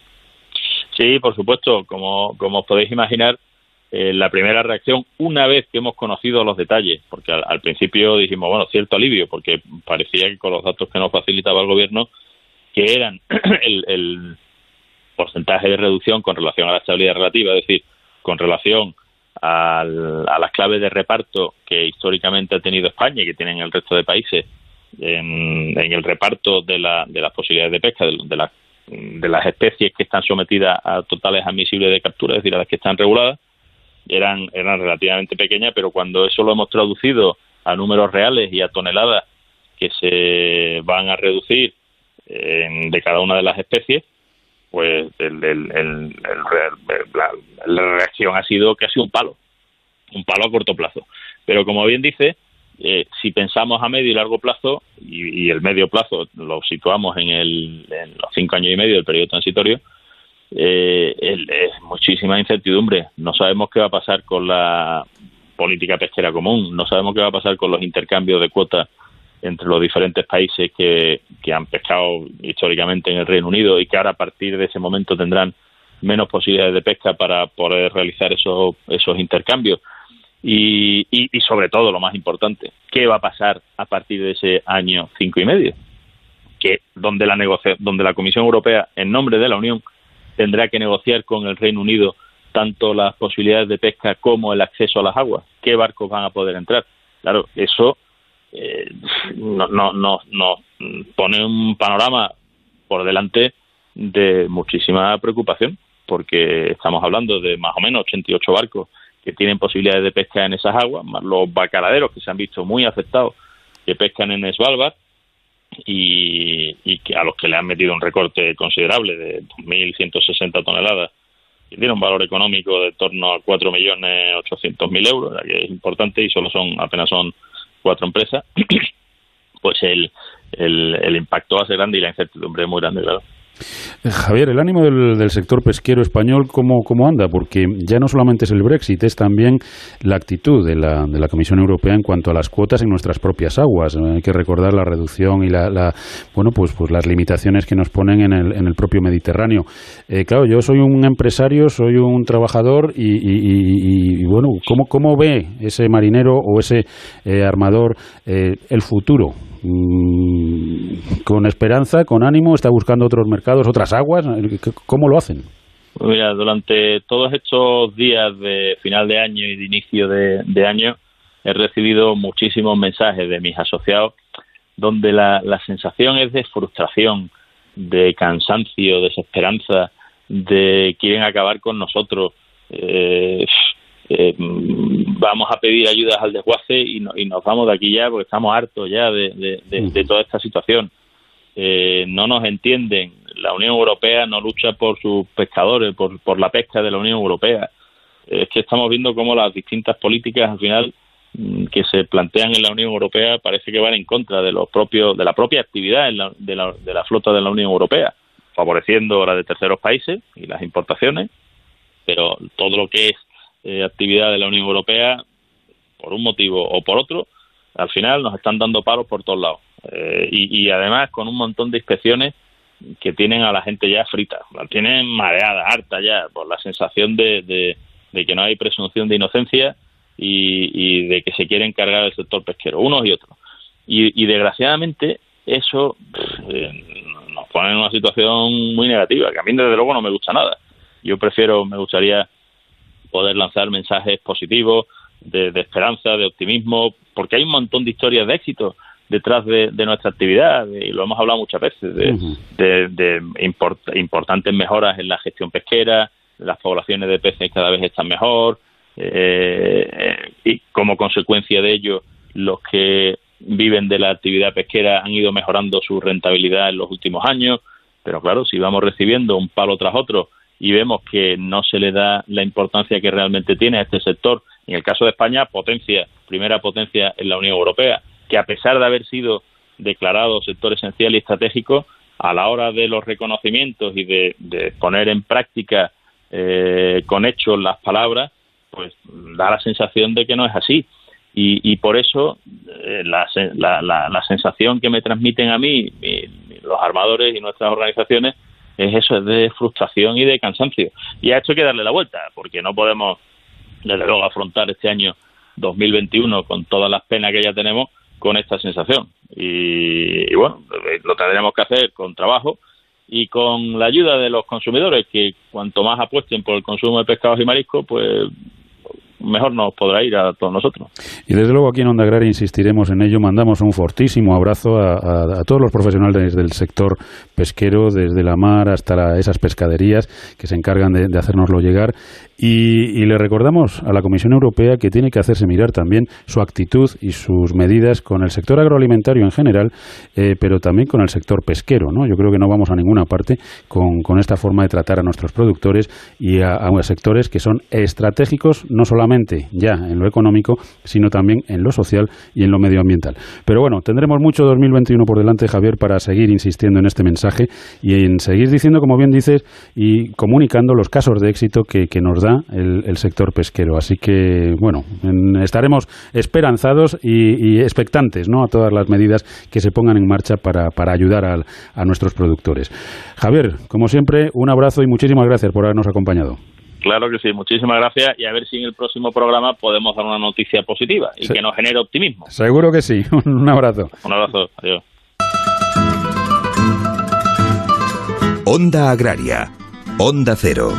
Sí, por supuesto. Como os podéis imaginar, la primera reacción, una vez que hemos conocido los detalles, porque al principio dijimos, cierto alivio, porque parecía que con los datos que nos facilitaba el gobierno, que eran el porcentaje de reducción con relación a la estabilidad relativa, es decir, con relación a las claves de reparto que históricamente ha tenido España y que tienen el resto de países en el reparto de las posibilidades de pesca, de las especies que están sometidas a totales admisibles de captura, es decir, a las que están reguladas, eran relativamente pequeñas, pero cuando eso lo hemos traducido a números reales y a toneladas que se van a reducir de cada una de las especies, pues la reacción ha sido casi un palo a corto plazo. Pero como bien dice, si pensamos a medio y largo plazo, y el medio plazo lo situamos en los 5 años y medio del periodo transitorio, es muchísima incertidumbre. No sabemos qué va a pasar con la política pesquera común, no sabemos qué va a pasar con los intercambios de cuotas entre los diferentes países que han pescado históricamente en el Reino Unido y que ahora a partir de ese momento tendrán menos posibilidades de pesca para poder realizar esos intercambios. Y sobre todo, lo más importante, ¿qué va a pasar a partir de ese año 5 y medio? Donde la Comisión Europea, en nombre de la Unión, tendrá que negociar con el Reino Unido tanto las posibilidades de pesca como el acceso a las aguas. ¿Qué barcos van a poder entrar? Claro, eso nos pone un panorama por delante de muchísima preocupación, porque estamos hablando de más o menos 88 barcos que tienen posibilidades de pesca en esas aguas, más los bacaladeros que se han visto muy afectados, que pescan en Svalbard, y que a los que le han metido un recorte considerable de 2.160 toneladas, que tiene un valor económico de torno a 4.800.000 euros, ya que es importante y apenas son 4 empresas, pues el impacto va a ser grande y la incertidumbre es muy grande, claro. Javier, el ánimo del sector pesquero español, ¿cómo anda? Porque ya no solamente es el Brexit, es también la actitud de la Comisión Europea en cuanto a las cuotas en nuestras propias aguas. Hay que recordar la reducción y pues las limitaciones que nos ponen en el propio Mediterráneo. Claro, yo soy un empresario, soy un trabajador y bueno, ¿cómo ve ese marinero o ese armador el futuro? ¿Con esperanza, con ánimo? ¿Está buscando otros mercados, otras aguas? ¿Cómo lo hacen? Mira, durante todos estos días de final de año y de inicio de año he recibido muchísimos mensajes de mis asociados donde la sensación es de frustración, de cansancio, desesperanza, de quieren acabar con nosotros. Vamos a pedir ayudas al desguace y nos vamos de aquí ya porque estamos hartos ya de toda esta situación. No nos entienden. La Unión Europea no lucha por sus pescadores, por la pesca de la Unión Europea. Es que estamos viendo cómo las distintas políticas al final que se plantean en la Unión Europea parece que van en contra de la propia actividad de la flota de la Unión Europea, favoreciendo la de terceros países y las importaciones, pero todo lo que es actividad de la Unión Europea, por un motivo o por otro, al final nos están dando palos por todos lados. Y además con un montón de inspecciones que tienen a la gente ya frita, la tienen mareada, harta ya, por la sensación de que no hay presunción de inocencia y de que se quieren cargar el sector pesquero, unos y otros. Y desgraciadamente eso nos pone en una situación muy negativa, que a mí desde luego no me gusta nada. Me gustaría poder lanzar mensajes positivos, de esperanza, de optimismo, porque hay un montón de historias de éxito detrás de nuestra actividad, y lo hemos hablado muchas veces, de importantes mejoras en la gestión pesquera, las poblaciones de peces cada vez están mejor, y como consecuencia de ello, los que viven de la actividad pesquera han ido mejorando su rentabilidad en los últimos años, pero claro, si vamos recibiendo un palo tras otro y vemos que no se le da la importancia que realmente tiene a este sector, en el caso de España, primera potencia en la Unión Europea, que a pesar de haber sido declarado sector esencial y estratégico, a la hora de los reconocimientos y de poner en práctica con hechos las palabras, pues da la sensación de que no es así. Y por eso la sensación que me transmiten a mí los armadores y nuestras organizaciones es eso, es de frustración y de cansancio. Y a esto hay que darle la vuelta, porque no podemos, desde luego, afrontar este año 2021 con todas las penas que ya tenemos con esta sensación. Y bueno, lo tendremos que hacer con trabajo y con la ayuda de los consumidores, que cuanto más apuesten por el consumo de pescados y mariscos, pues mejor nos podrá ir a todos nosotros. Y desde luego aquí en Onda Agraria insistiremos en ello. Mandamos un fortísimo abrazo a todos los profesionales del sector pesquero, desde la mar hasta esas pescaderías que se encargan de hacérnoslo llegar. Y le recordamos a la Comisión Europea que tiene que hacerse mirar también su actitud y sus medidas con el sector agroalimentario en general, pero también con el sector pesquero, ¿no? Yo creo que no vamos a ninguna parte con esta forma de tratar a nuestros productores y a sectores que son estratégicos, no solamente ya en lo económico, sino también en lo social y en lo medioambiental. Pero bueno, tendremos mucho 2021 por delante, Javier, para seguir insistiendo en este mensaje y en seguir diciendo, como bien dices, y comunicando los casos de éxito que nos da el sector pesquero. Así que, bueno, estaremos esperanzados y expectantes, ¿no?, a todas las medidas que se pongan en marcha para ayudar a nuestros productores. Javier, como siempre, un abrazo y muchísimas gracias por habernos acompañado. Claro que sí, muchísimas gracias, y a ver si en el próximo programa podemos dar una noticia positiva y que nos genere optimismo. Seguro que sí. Un abrazo. Un abrazo, adiós. Onda Agraria, Onda Cero.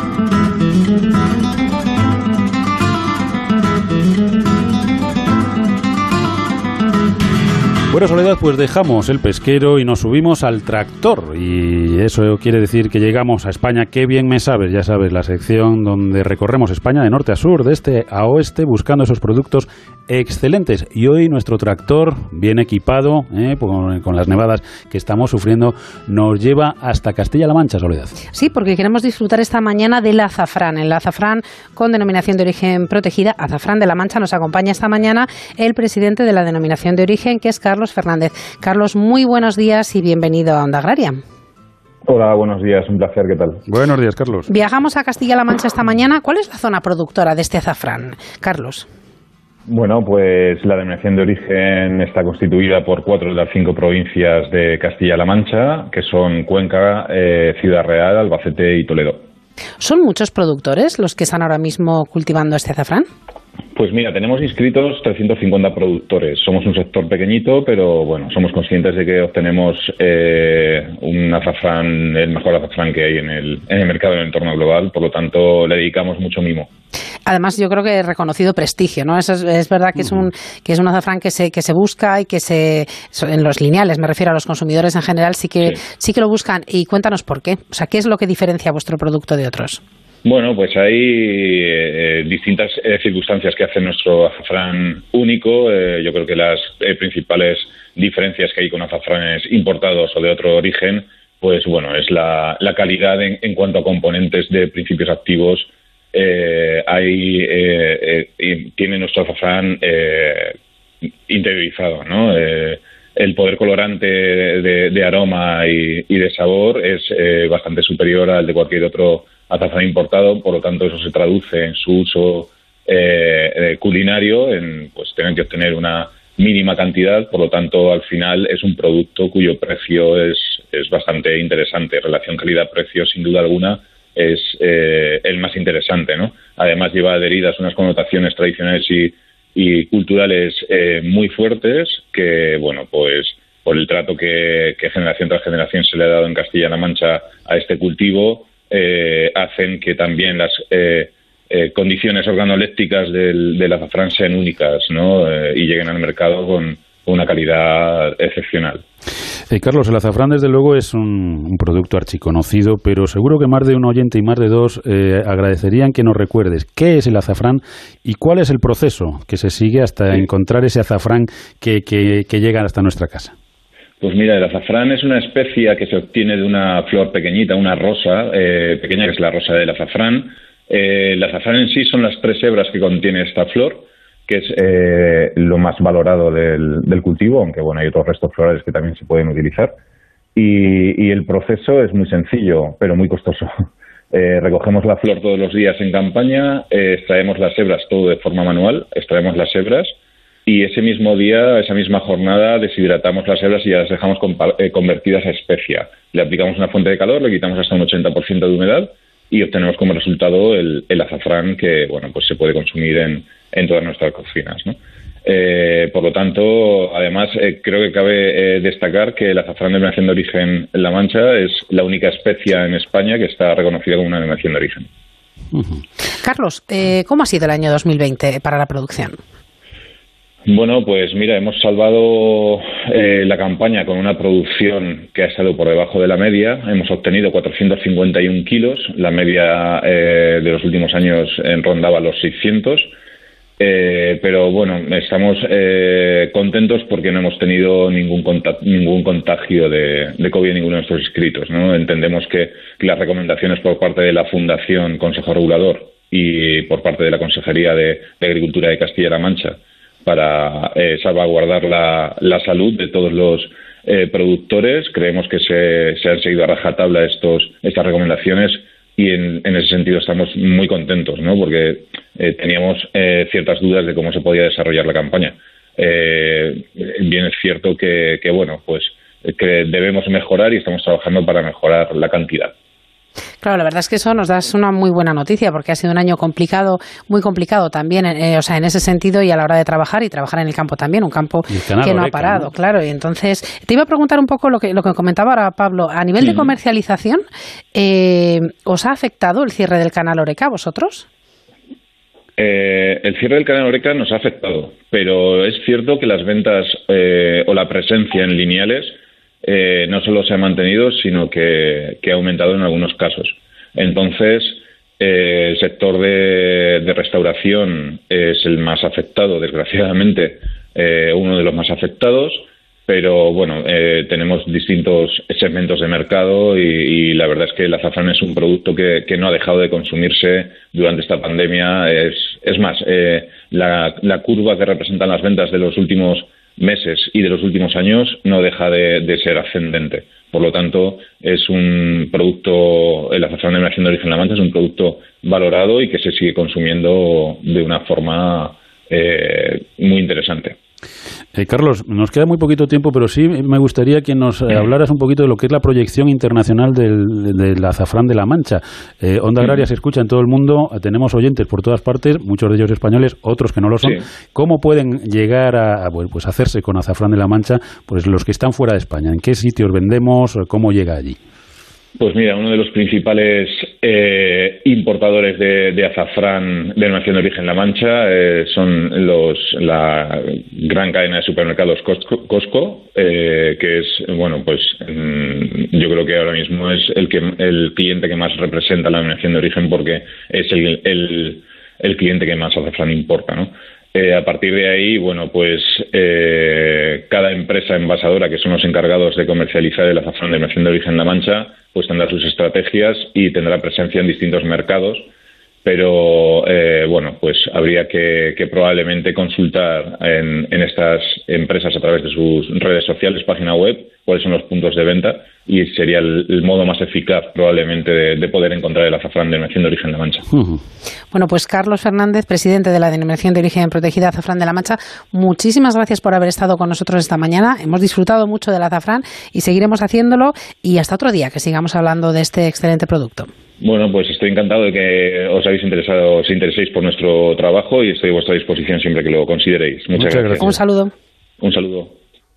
Bueno, Soledad, pues dejamos el pesquero y nos subimos al tractor, y eso quiere decir que llegamos a España. Qué bien me sabes, ya sabes, la sección donde recorremos España de norte a sur, de este a oeste, buscando esos productos excelentes. Y hoy nuestro tractor, bien equipado, con las nevadas que estamos sufriendo, nos lleva hasta Castilla-La Mancha, Soledad. Sí, porque queremos disfrutar esta mañana del azafrán. El azafrán con denominación de origen protegida, Azafrán de la Mancha. Nos acompaña esta mañana el presidente de la denominación de origen, que es Carlos Fernández. Carlos, muy buenos días y bienvenido a Onda Agraria. Hola, buenos días, un placer, ¿qué tal? Buenos días, Carlos. Viajamos a Castilla-La Mancha esta mañana. ¿Cuál es la zona productora de este azafrán, Carlos? Bueno, pues la denominación de origen está constituida por 4 de las 5 provincias de Castilla-La Mancha, que son Cuenca, Ciudad Real, Albacete y Toledo. ¿Son muchos productores los que están ahora mismo cultivando este azafrán? Pues mira, tenemos inscritos 350 productores. Somos un sector pequeñito, pero bueno, somos conscientes de que obtenemos un azafrán, el mejor azafrán que hay en el mercado en el entorno global. Por lo tanto, le dedicamos mucho mimo. Además, yo creo que reconocido prestigio, ¿no? Es verdad que es un azafrán que se busca y que en los lineales, me refiero a los consumidores en general, sí que lo buscan. Y cuéntanos por qué. O sea, ¿qué es lo que diferencia vuestro producto de otros? Bueno, pues hay distintas circunstancias que hacen nuestro azafrán único. Yo creo que las principales diferencias que hay con azafranes importados o de otro origen, pues bueno, es la calidad en cuanto a componentes de principios activos. Tiene nuestro azafrán interiorizado, ¿no? El poder colorante de aroma y de sabor es bastante superior al de cualquier otro azafrán importado. Por lo tanto, eso se traduce en su uso culinario, en pues tener que obtener una mínima cantidad. Por lo tanto, al final es un producto cuyo precio es bastante interesante. Relación calidad-precio, sin duda alguna, es el más interesante, ¿no? Además, lleva adheridas unas connotaciones tradicionales y culturales muy fuertes que, bueno, pues por el trato que generación tras generación se le ha dado en Castilla-La Mancha a este cultivo, hacen que también las condiciones organolépticas del azafrán sean únicas, ¿no? Y lleguen al mercado con una calidad excepcional. Carlos, el azafrán desde luego es un producto archiconocido, pero seguro que más de un oyente y más de dos agradecerían que nos recuerdes qué es el azafrán y cuál es el proceso que se sigue hasta encontrar ese azafrán que llega hasta nuestra casa. Pues mira, el azafrán es una especia que se obtiene de una flor pequeñita, una rosa pequeña, que es la rosa del azafrán. El azafrán en sí son las 3 hebras que contiene esta flor, que es lo más valorado del cultivo, aunque bueno, hay otros restos florales que también se pueden utilizar. Y el proceso es muy sencillo, pero muy costoso. Recogemos la flor todos los días en campaña, extraemos las hebras todo de forma manual, extraemos las hebras, y ese mismo día, esa misma jornada, deshidratamos las hebras y ya las dejamos convertidas a especia. Le aplicamos una fuente de calor, le quitamos hasta un 80% de humedad y obtenemos como resultado el azafrán que, bueno, pues se puede consumir en todas nuestras cocinas, ¿no? Por lo tanto, además, creo que cabe destacar que el azafrán de denominación de origen en La Mancha es la única especia en España que está reconocida como una denominación de origen. Carlos, ¿cómo ha sido el año 2020 para la producción? Bueno, pues mira, hemos salvado la campaña con una producción que ha estado por debajo de la media. Hemos obtenido 451 kilos. La media de los últimos años rondaba los 600. Pero bueno, estamos contentos porque no hemos tenido ningún contagio de COVID en ninguno de nuestros inscritos, ¿no? Entendemos que las recomendaciones por parte de la Fundación Consejo Regulador y por parte de la Consejería de Agricultura de Castilla-La Mancha para salvaguardar la salud de todos los productores. Creemos que se han seguido a rajatabla estas recomendaciones y en ese sentido estamos muy contentos, ¿no? Porque teníamos ciertas dudas de cómo se podía desarrollar la campaña. Bien es cierto que bueno, pues que debemos mejorar y estamos trabajando para mejorar la cantidad. Claro, la verdad es que eso nos da una muy buena noticia porque ha sido un año complicado, muy complicado también, o sea, en ese sentido y a la hora de trabajar y trabajar en el campo también, un campo que no ha parado, ¿no? Claro, y entonces te iba a preguntar un poco lo que comentaba ahora Pablo, a nivel de comercialización, ¿os ha afectado el cierre del canal Horeca a vosotros? El cierre del canal Horeca nos ha afectado, pero es cierto que las ventas o la presencia en lineales no solo se ha mantenido, sino que ha aumentado en algunos casos. Entonces, el sector de restauración es el más afectado, desgraciadamente, uno de los más afectados, pero bueno, tenemos distintos segmentos de mercado y la verdad es que el azafrán es un producto que no ha dejado de consumirse durante esta pandemia. Es más, la curva que representan las ventas de los últimos meses y de los últimos años no deja de ser ascendente. Por lo tanto, es un producto, el azafrán de denominación de origen La Mancha es un producto valorado y que se sigue consumiendo de una forma muy interesante. Carlos, nos queda muy poquito tiempo, pero sí me gustaría que nos hablaras un poquito de lo que es la proyección internacional del azafrán de La Mancha. Onda Agraria se escucha en todo el mundo, tenemos oyentes por todas partes, muchos de ellos españoles, otros que no lo son. Sí. ¿Cómo pueden llegar a hacerse con azafrán de La Mancha pues los que están fuera de España? ¿En qué sitios vendemos? ¿Cómo llega allí? Pues mira, uno de los principales importadores de azafrán de denominación de origen La Mancha son la gran cadena de supermercados Costco, que es, bueno, pues yo creo que ahora mismo es el cliente que más representa la denominación de origen porque es el cliente que más azafrán importa, ¿no? A partir de ahí, bueno, pues cada empresa envasadora, que son los encargados de comercializar el azafrán de denominación de origen La Mancha, pues tendrá sus estrategias y tendrá presencia en distintos mercados, pero bueno, pues habría que probablemente consultar en estas empresas a través de sus redes sociales, página web, cuáles son los puntos de venta y sería el modo más eficaz probablemente de poder encontrar el azafrán de denominación de origen La Mancha. Bueno, pues Carlos Fernández, presidente de la denominación de origen protegida Azafrán de La Mancha, muchísimas gracias por haber estado con nosotros esta mañana. Hemos disfrutado mucho del azafrán y seguiremos haciéndolo y hasta otro día que sigamos hablando de este excelente producto. Bueno, pues estoy encantado de que os intereséis por nuestro trabajo y estoy a vuestra disposición siempre que lo consideréis. Muchas gracias. Un saludo. Un saludo.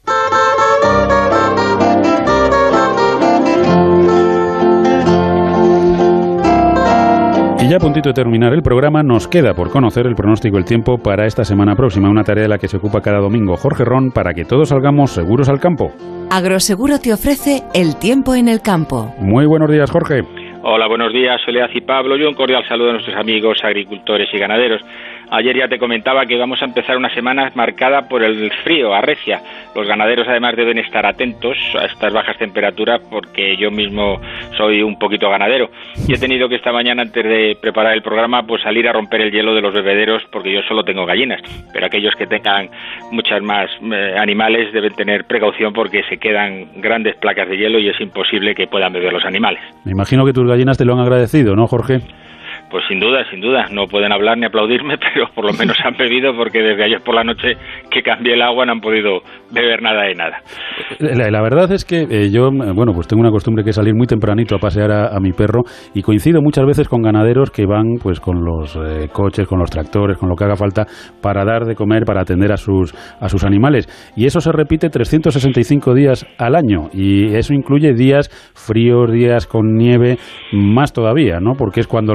Y ya a puntito de terminar el programa, nos queda por conocer el pronóstico del tiempo para esta semana próxima, una tarea de la que se ocupa cada domingo Jorge Ron para que todos salgamos seguros al campo. Agroseguro te ofrece el tiempo en el campo. Muy buenos días, Jorge. Hola, buenos días, Soledad y Pablo. Y un cordial saludo a nuestros amigos agricultores y ganaderos. Ayer ya te comentaba que vamos a empezar una semana marcada por el frío, arrecia. Los ganaderos además deben estar atentos a estas bajas temperaturas porque yo mismo soy un poquito ganadero. Y he tenido que esta mañana, antes de preparar el programa, pues salir a romper el hielo de los bebederos porque yo solo tengo gallinas. Pero aquellos que tengan muchas más animales deben tener precaución porque se quedan grandes placas de hielo y es imposible que puedan beber los animales. Me imagino que tus gallinas te lo han agradecido, ¿no, Jorge? Pues sin duda, no pueden hablar ni aplaudirme, pero por lo menos han bebido porque desde ayer por la noche que cambié el agua no han podido beber nada de nada. La verdad es que yo, bueno, pues tengo una costumbre que es salir muy tempranito a pasear a mi perro y coincido muchas veces con ganaderos que van pues con los coches, con los tractores, con lo que haga falta para dar de comer, para atender a sus animales. Y eso se repite 365 días al año y eso incluye días fríos, días con nieve, más todavía, ¿no? Porque es cuando los animales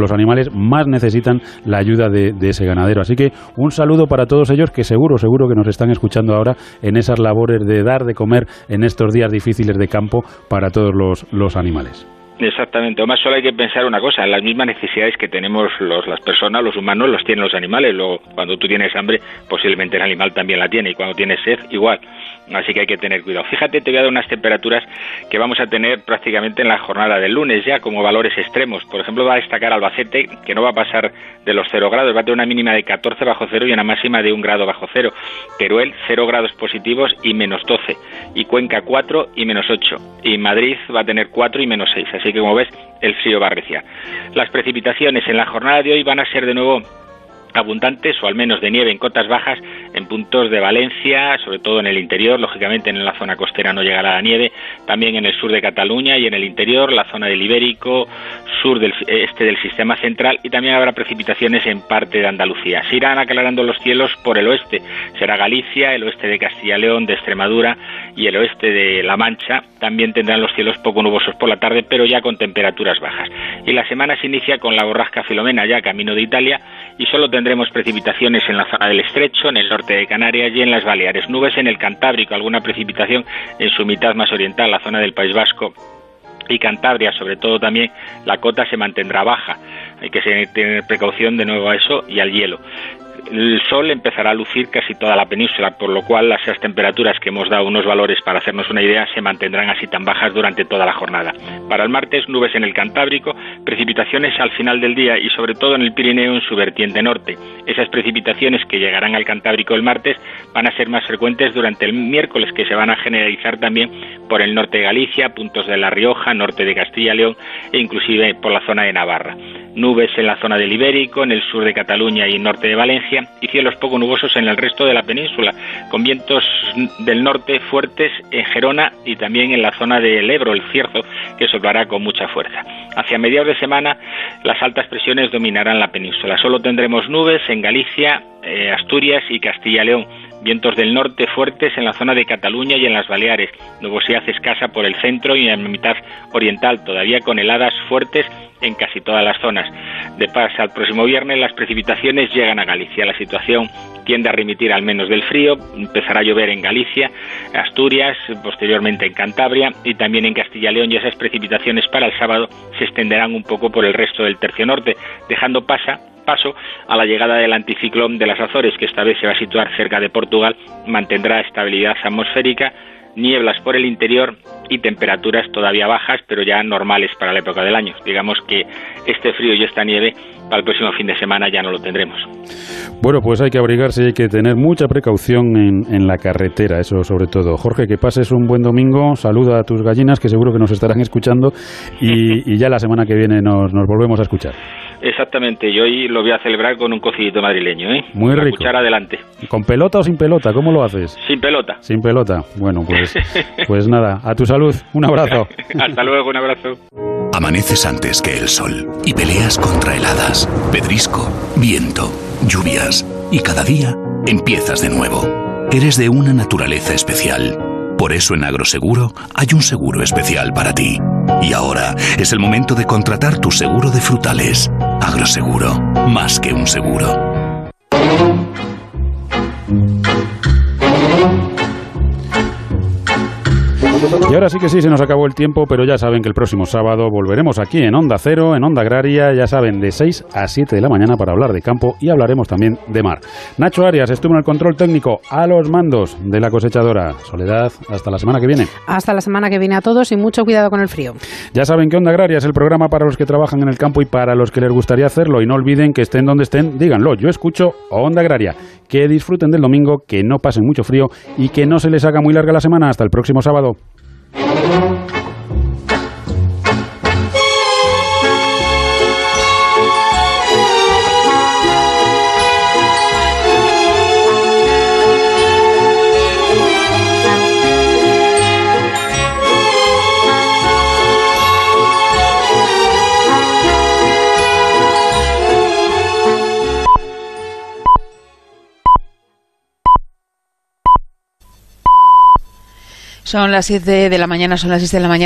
animales más necesitan la ayuda de ese ganadero. Así que un saludo para todos ellos que seguro que nos están escuchando ahora en esas labores de dar de comer en estos días difíciles de campo para todos los animales. Exactamente, además solo hay que pensar una cosa, las mismas necesidades que tenemos las personas, los humanos, los tienen los animales. Luego, cuando tú tienes hambre, posiblemente el animal también la tiene, y cuando tienes sed, igual. Así que hay que tener cuidado. Fíjate, te voy a dar unas temperaturas que vamos a tener prácticamente en la jornada del lunes ya, como valores extremos. Por ejemplo, va a destacar Albacete, que no va a pasar de los 0 grados, va a tener una mínima de 14 bajo cero y una máxima de 1 grado bajo cero. Teruel, 0 grados positivos y menos 12. Y Cuenca, 4 y menos 8. Y Madrid va a tener 4 y menos 6. Así que, como ves, el frío va a arreciar. Las precipitaciones en la jornada de hoy van a ser de nuevo abundantes, o al menos de nieve en cotas bajas, en puntos de Valencia, sobre todo en el interior. Lógicamente en la zona costera no llegará la nieve, también en el sur de Cataluña y en el interior, la zona del Ibérico, sur del este del sistema central, y también habrá precipitaciones en parte de Andalucía. Se irán aclarando los cielos por el oeste, será Galicia, el oeste de Castilla y León, de Extremadura y el oeste de La Mancha. También tendrán los cielos poco nubosos por la tarde, pero ya con temperaturas bajas. Y la semana se inicia con la borrasca Filomena ya camino de Italia, y solo tendremos precipitaciones en la zona del Estrecho, en el norte de Canarias y en las Baleares. Nubes en el Cantábrico, alguna precipitación en su mitad más oriental, la zona del País Vasco y Cantabria. Sobre todo también la cota se mantendrá baja. Hay que tener precaución de nuevo a eso y al hielo. El sol empezará a lucir casi toda la península, por lo cual esas temperaturas que hemos dado unos valores para hacernos una idea se mantendrán así tan bajas durante toda la jornada. Para el martes, nubes en el Cantábrico, precipitaciones al final del día y sobre todo en el Pirineo en su vertiente norte. Esas precipitaciones que llegarán al Cantábrico el martes van a ser más frecuentes durante el miércoles, que se van a generalizar también por el norte de Galicia, puntos de La Rioja, norte de Castilla y León e inclusive por la zona de Navarra. Nubes en la zona del Ibérico, en el sur de Cataluña y norte de Valencia, y cielos poco nubosos en el resto de la península, con vientos del norte fuertes en Gerona y también en la zona del Ebro, el Cierzo, que soplará con mucha fuerza. Hacia mediados de semana, las altas presiones dominarán la península. Solo tendremos nubes en Galicia, Asturias y Castilla y León. Vientos del norte fuertes en la zona de Cataluña y en las Baleares. Nubosidad escasa por el centro y en la mitad oriental, todavía con heladas fuertes en casi todas las zonas. De paso al próximo viernes, las precipitaciones llegan a Galicia. La situación tiende a remitir al menos del frío. Empezará a llover en Galicia, Asturias, posteriormente en Cantabria y también en Castilla y León, y esas precipitaciones para el sábado se extenderán un poco por el resto del tercio norte, dejando paso a la llegada del anticiclón de las Azores, que esta vez se va a situar cerca de Portugal. Mantendrá estabilidad atmosférica, nieblas por el interior y temperaturas todavía bajas, pero ya normales para la época del año. Digamos que este frío y esta nieve para el próximo fin de semana ya no lo tendremos. Bueno, pues hay que abrigarse y hay que tener mucha precaución en la carretera, eso sobre todo. Jorge, que pases un buen domingo, saluda a tus gallinas que seguro que nos estarán escuchando y ya la semana que viene nos volvemos a escuchar. Exactamente, y hoy lo voy a celebrar con un cocidito madrileño, ¿eh? Muy rico. La cuchara adelante. ¿Con pelota o sin pelota? ¿Cómo lo haces? Sin pelota. Sin pelota. Bueno, pues nada, a tu salud. Un abrazo. Hasta luego, un abrazo. Amaneces antes que el sol y peleas contra heladas, pedrisco, viento, lluvias, y cada día empiezas de nuevo. Eres de una naturaleza especial. Por eso en Agroseguro hay un seguro especial para ti. Y ahora es el momento de contratar tu seguro de frutales. Agroseguro, más que un seguro. Y ahora sí que sí, se nos acabó el tiempo, pero ya saben que el próximo sábado volveremos aquí en Onda Cero, en Onda Agraria, ya saben, de 6 a 7 de la mañana para hablar de campo y hablaremos también de mar. Nacho Arias estuvo en el control técnico a los mandos de la cosechadora. Soledad, hasta la semana que viene. Hasta la semana que viene a todos y mucho cuidado con el frío. Ya saben que Onda Agraria es el programa para los que trabajan en el campo y para los que les gustaría hacerlo, y no olviden que estén donde estén, díganlo, yo escucho Onda Agraria. Que disfruten del domingo, que no pasen mucho frío y que no se les haga muy larga la semana. Hasta el próximo sábado. Son las 7 de la mañana, son las 6 de la mañana.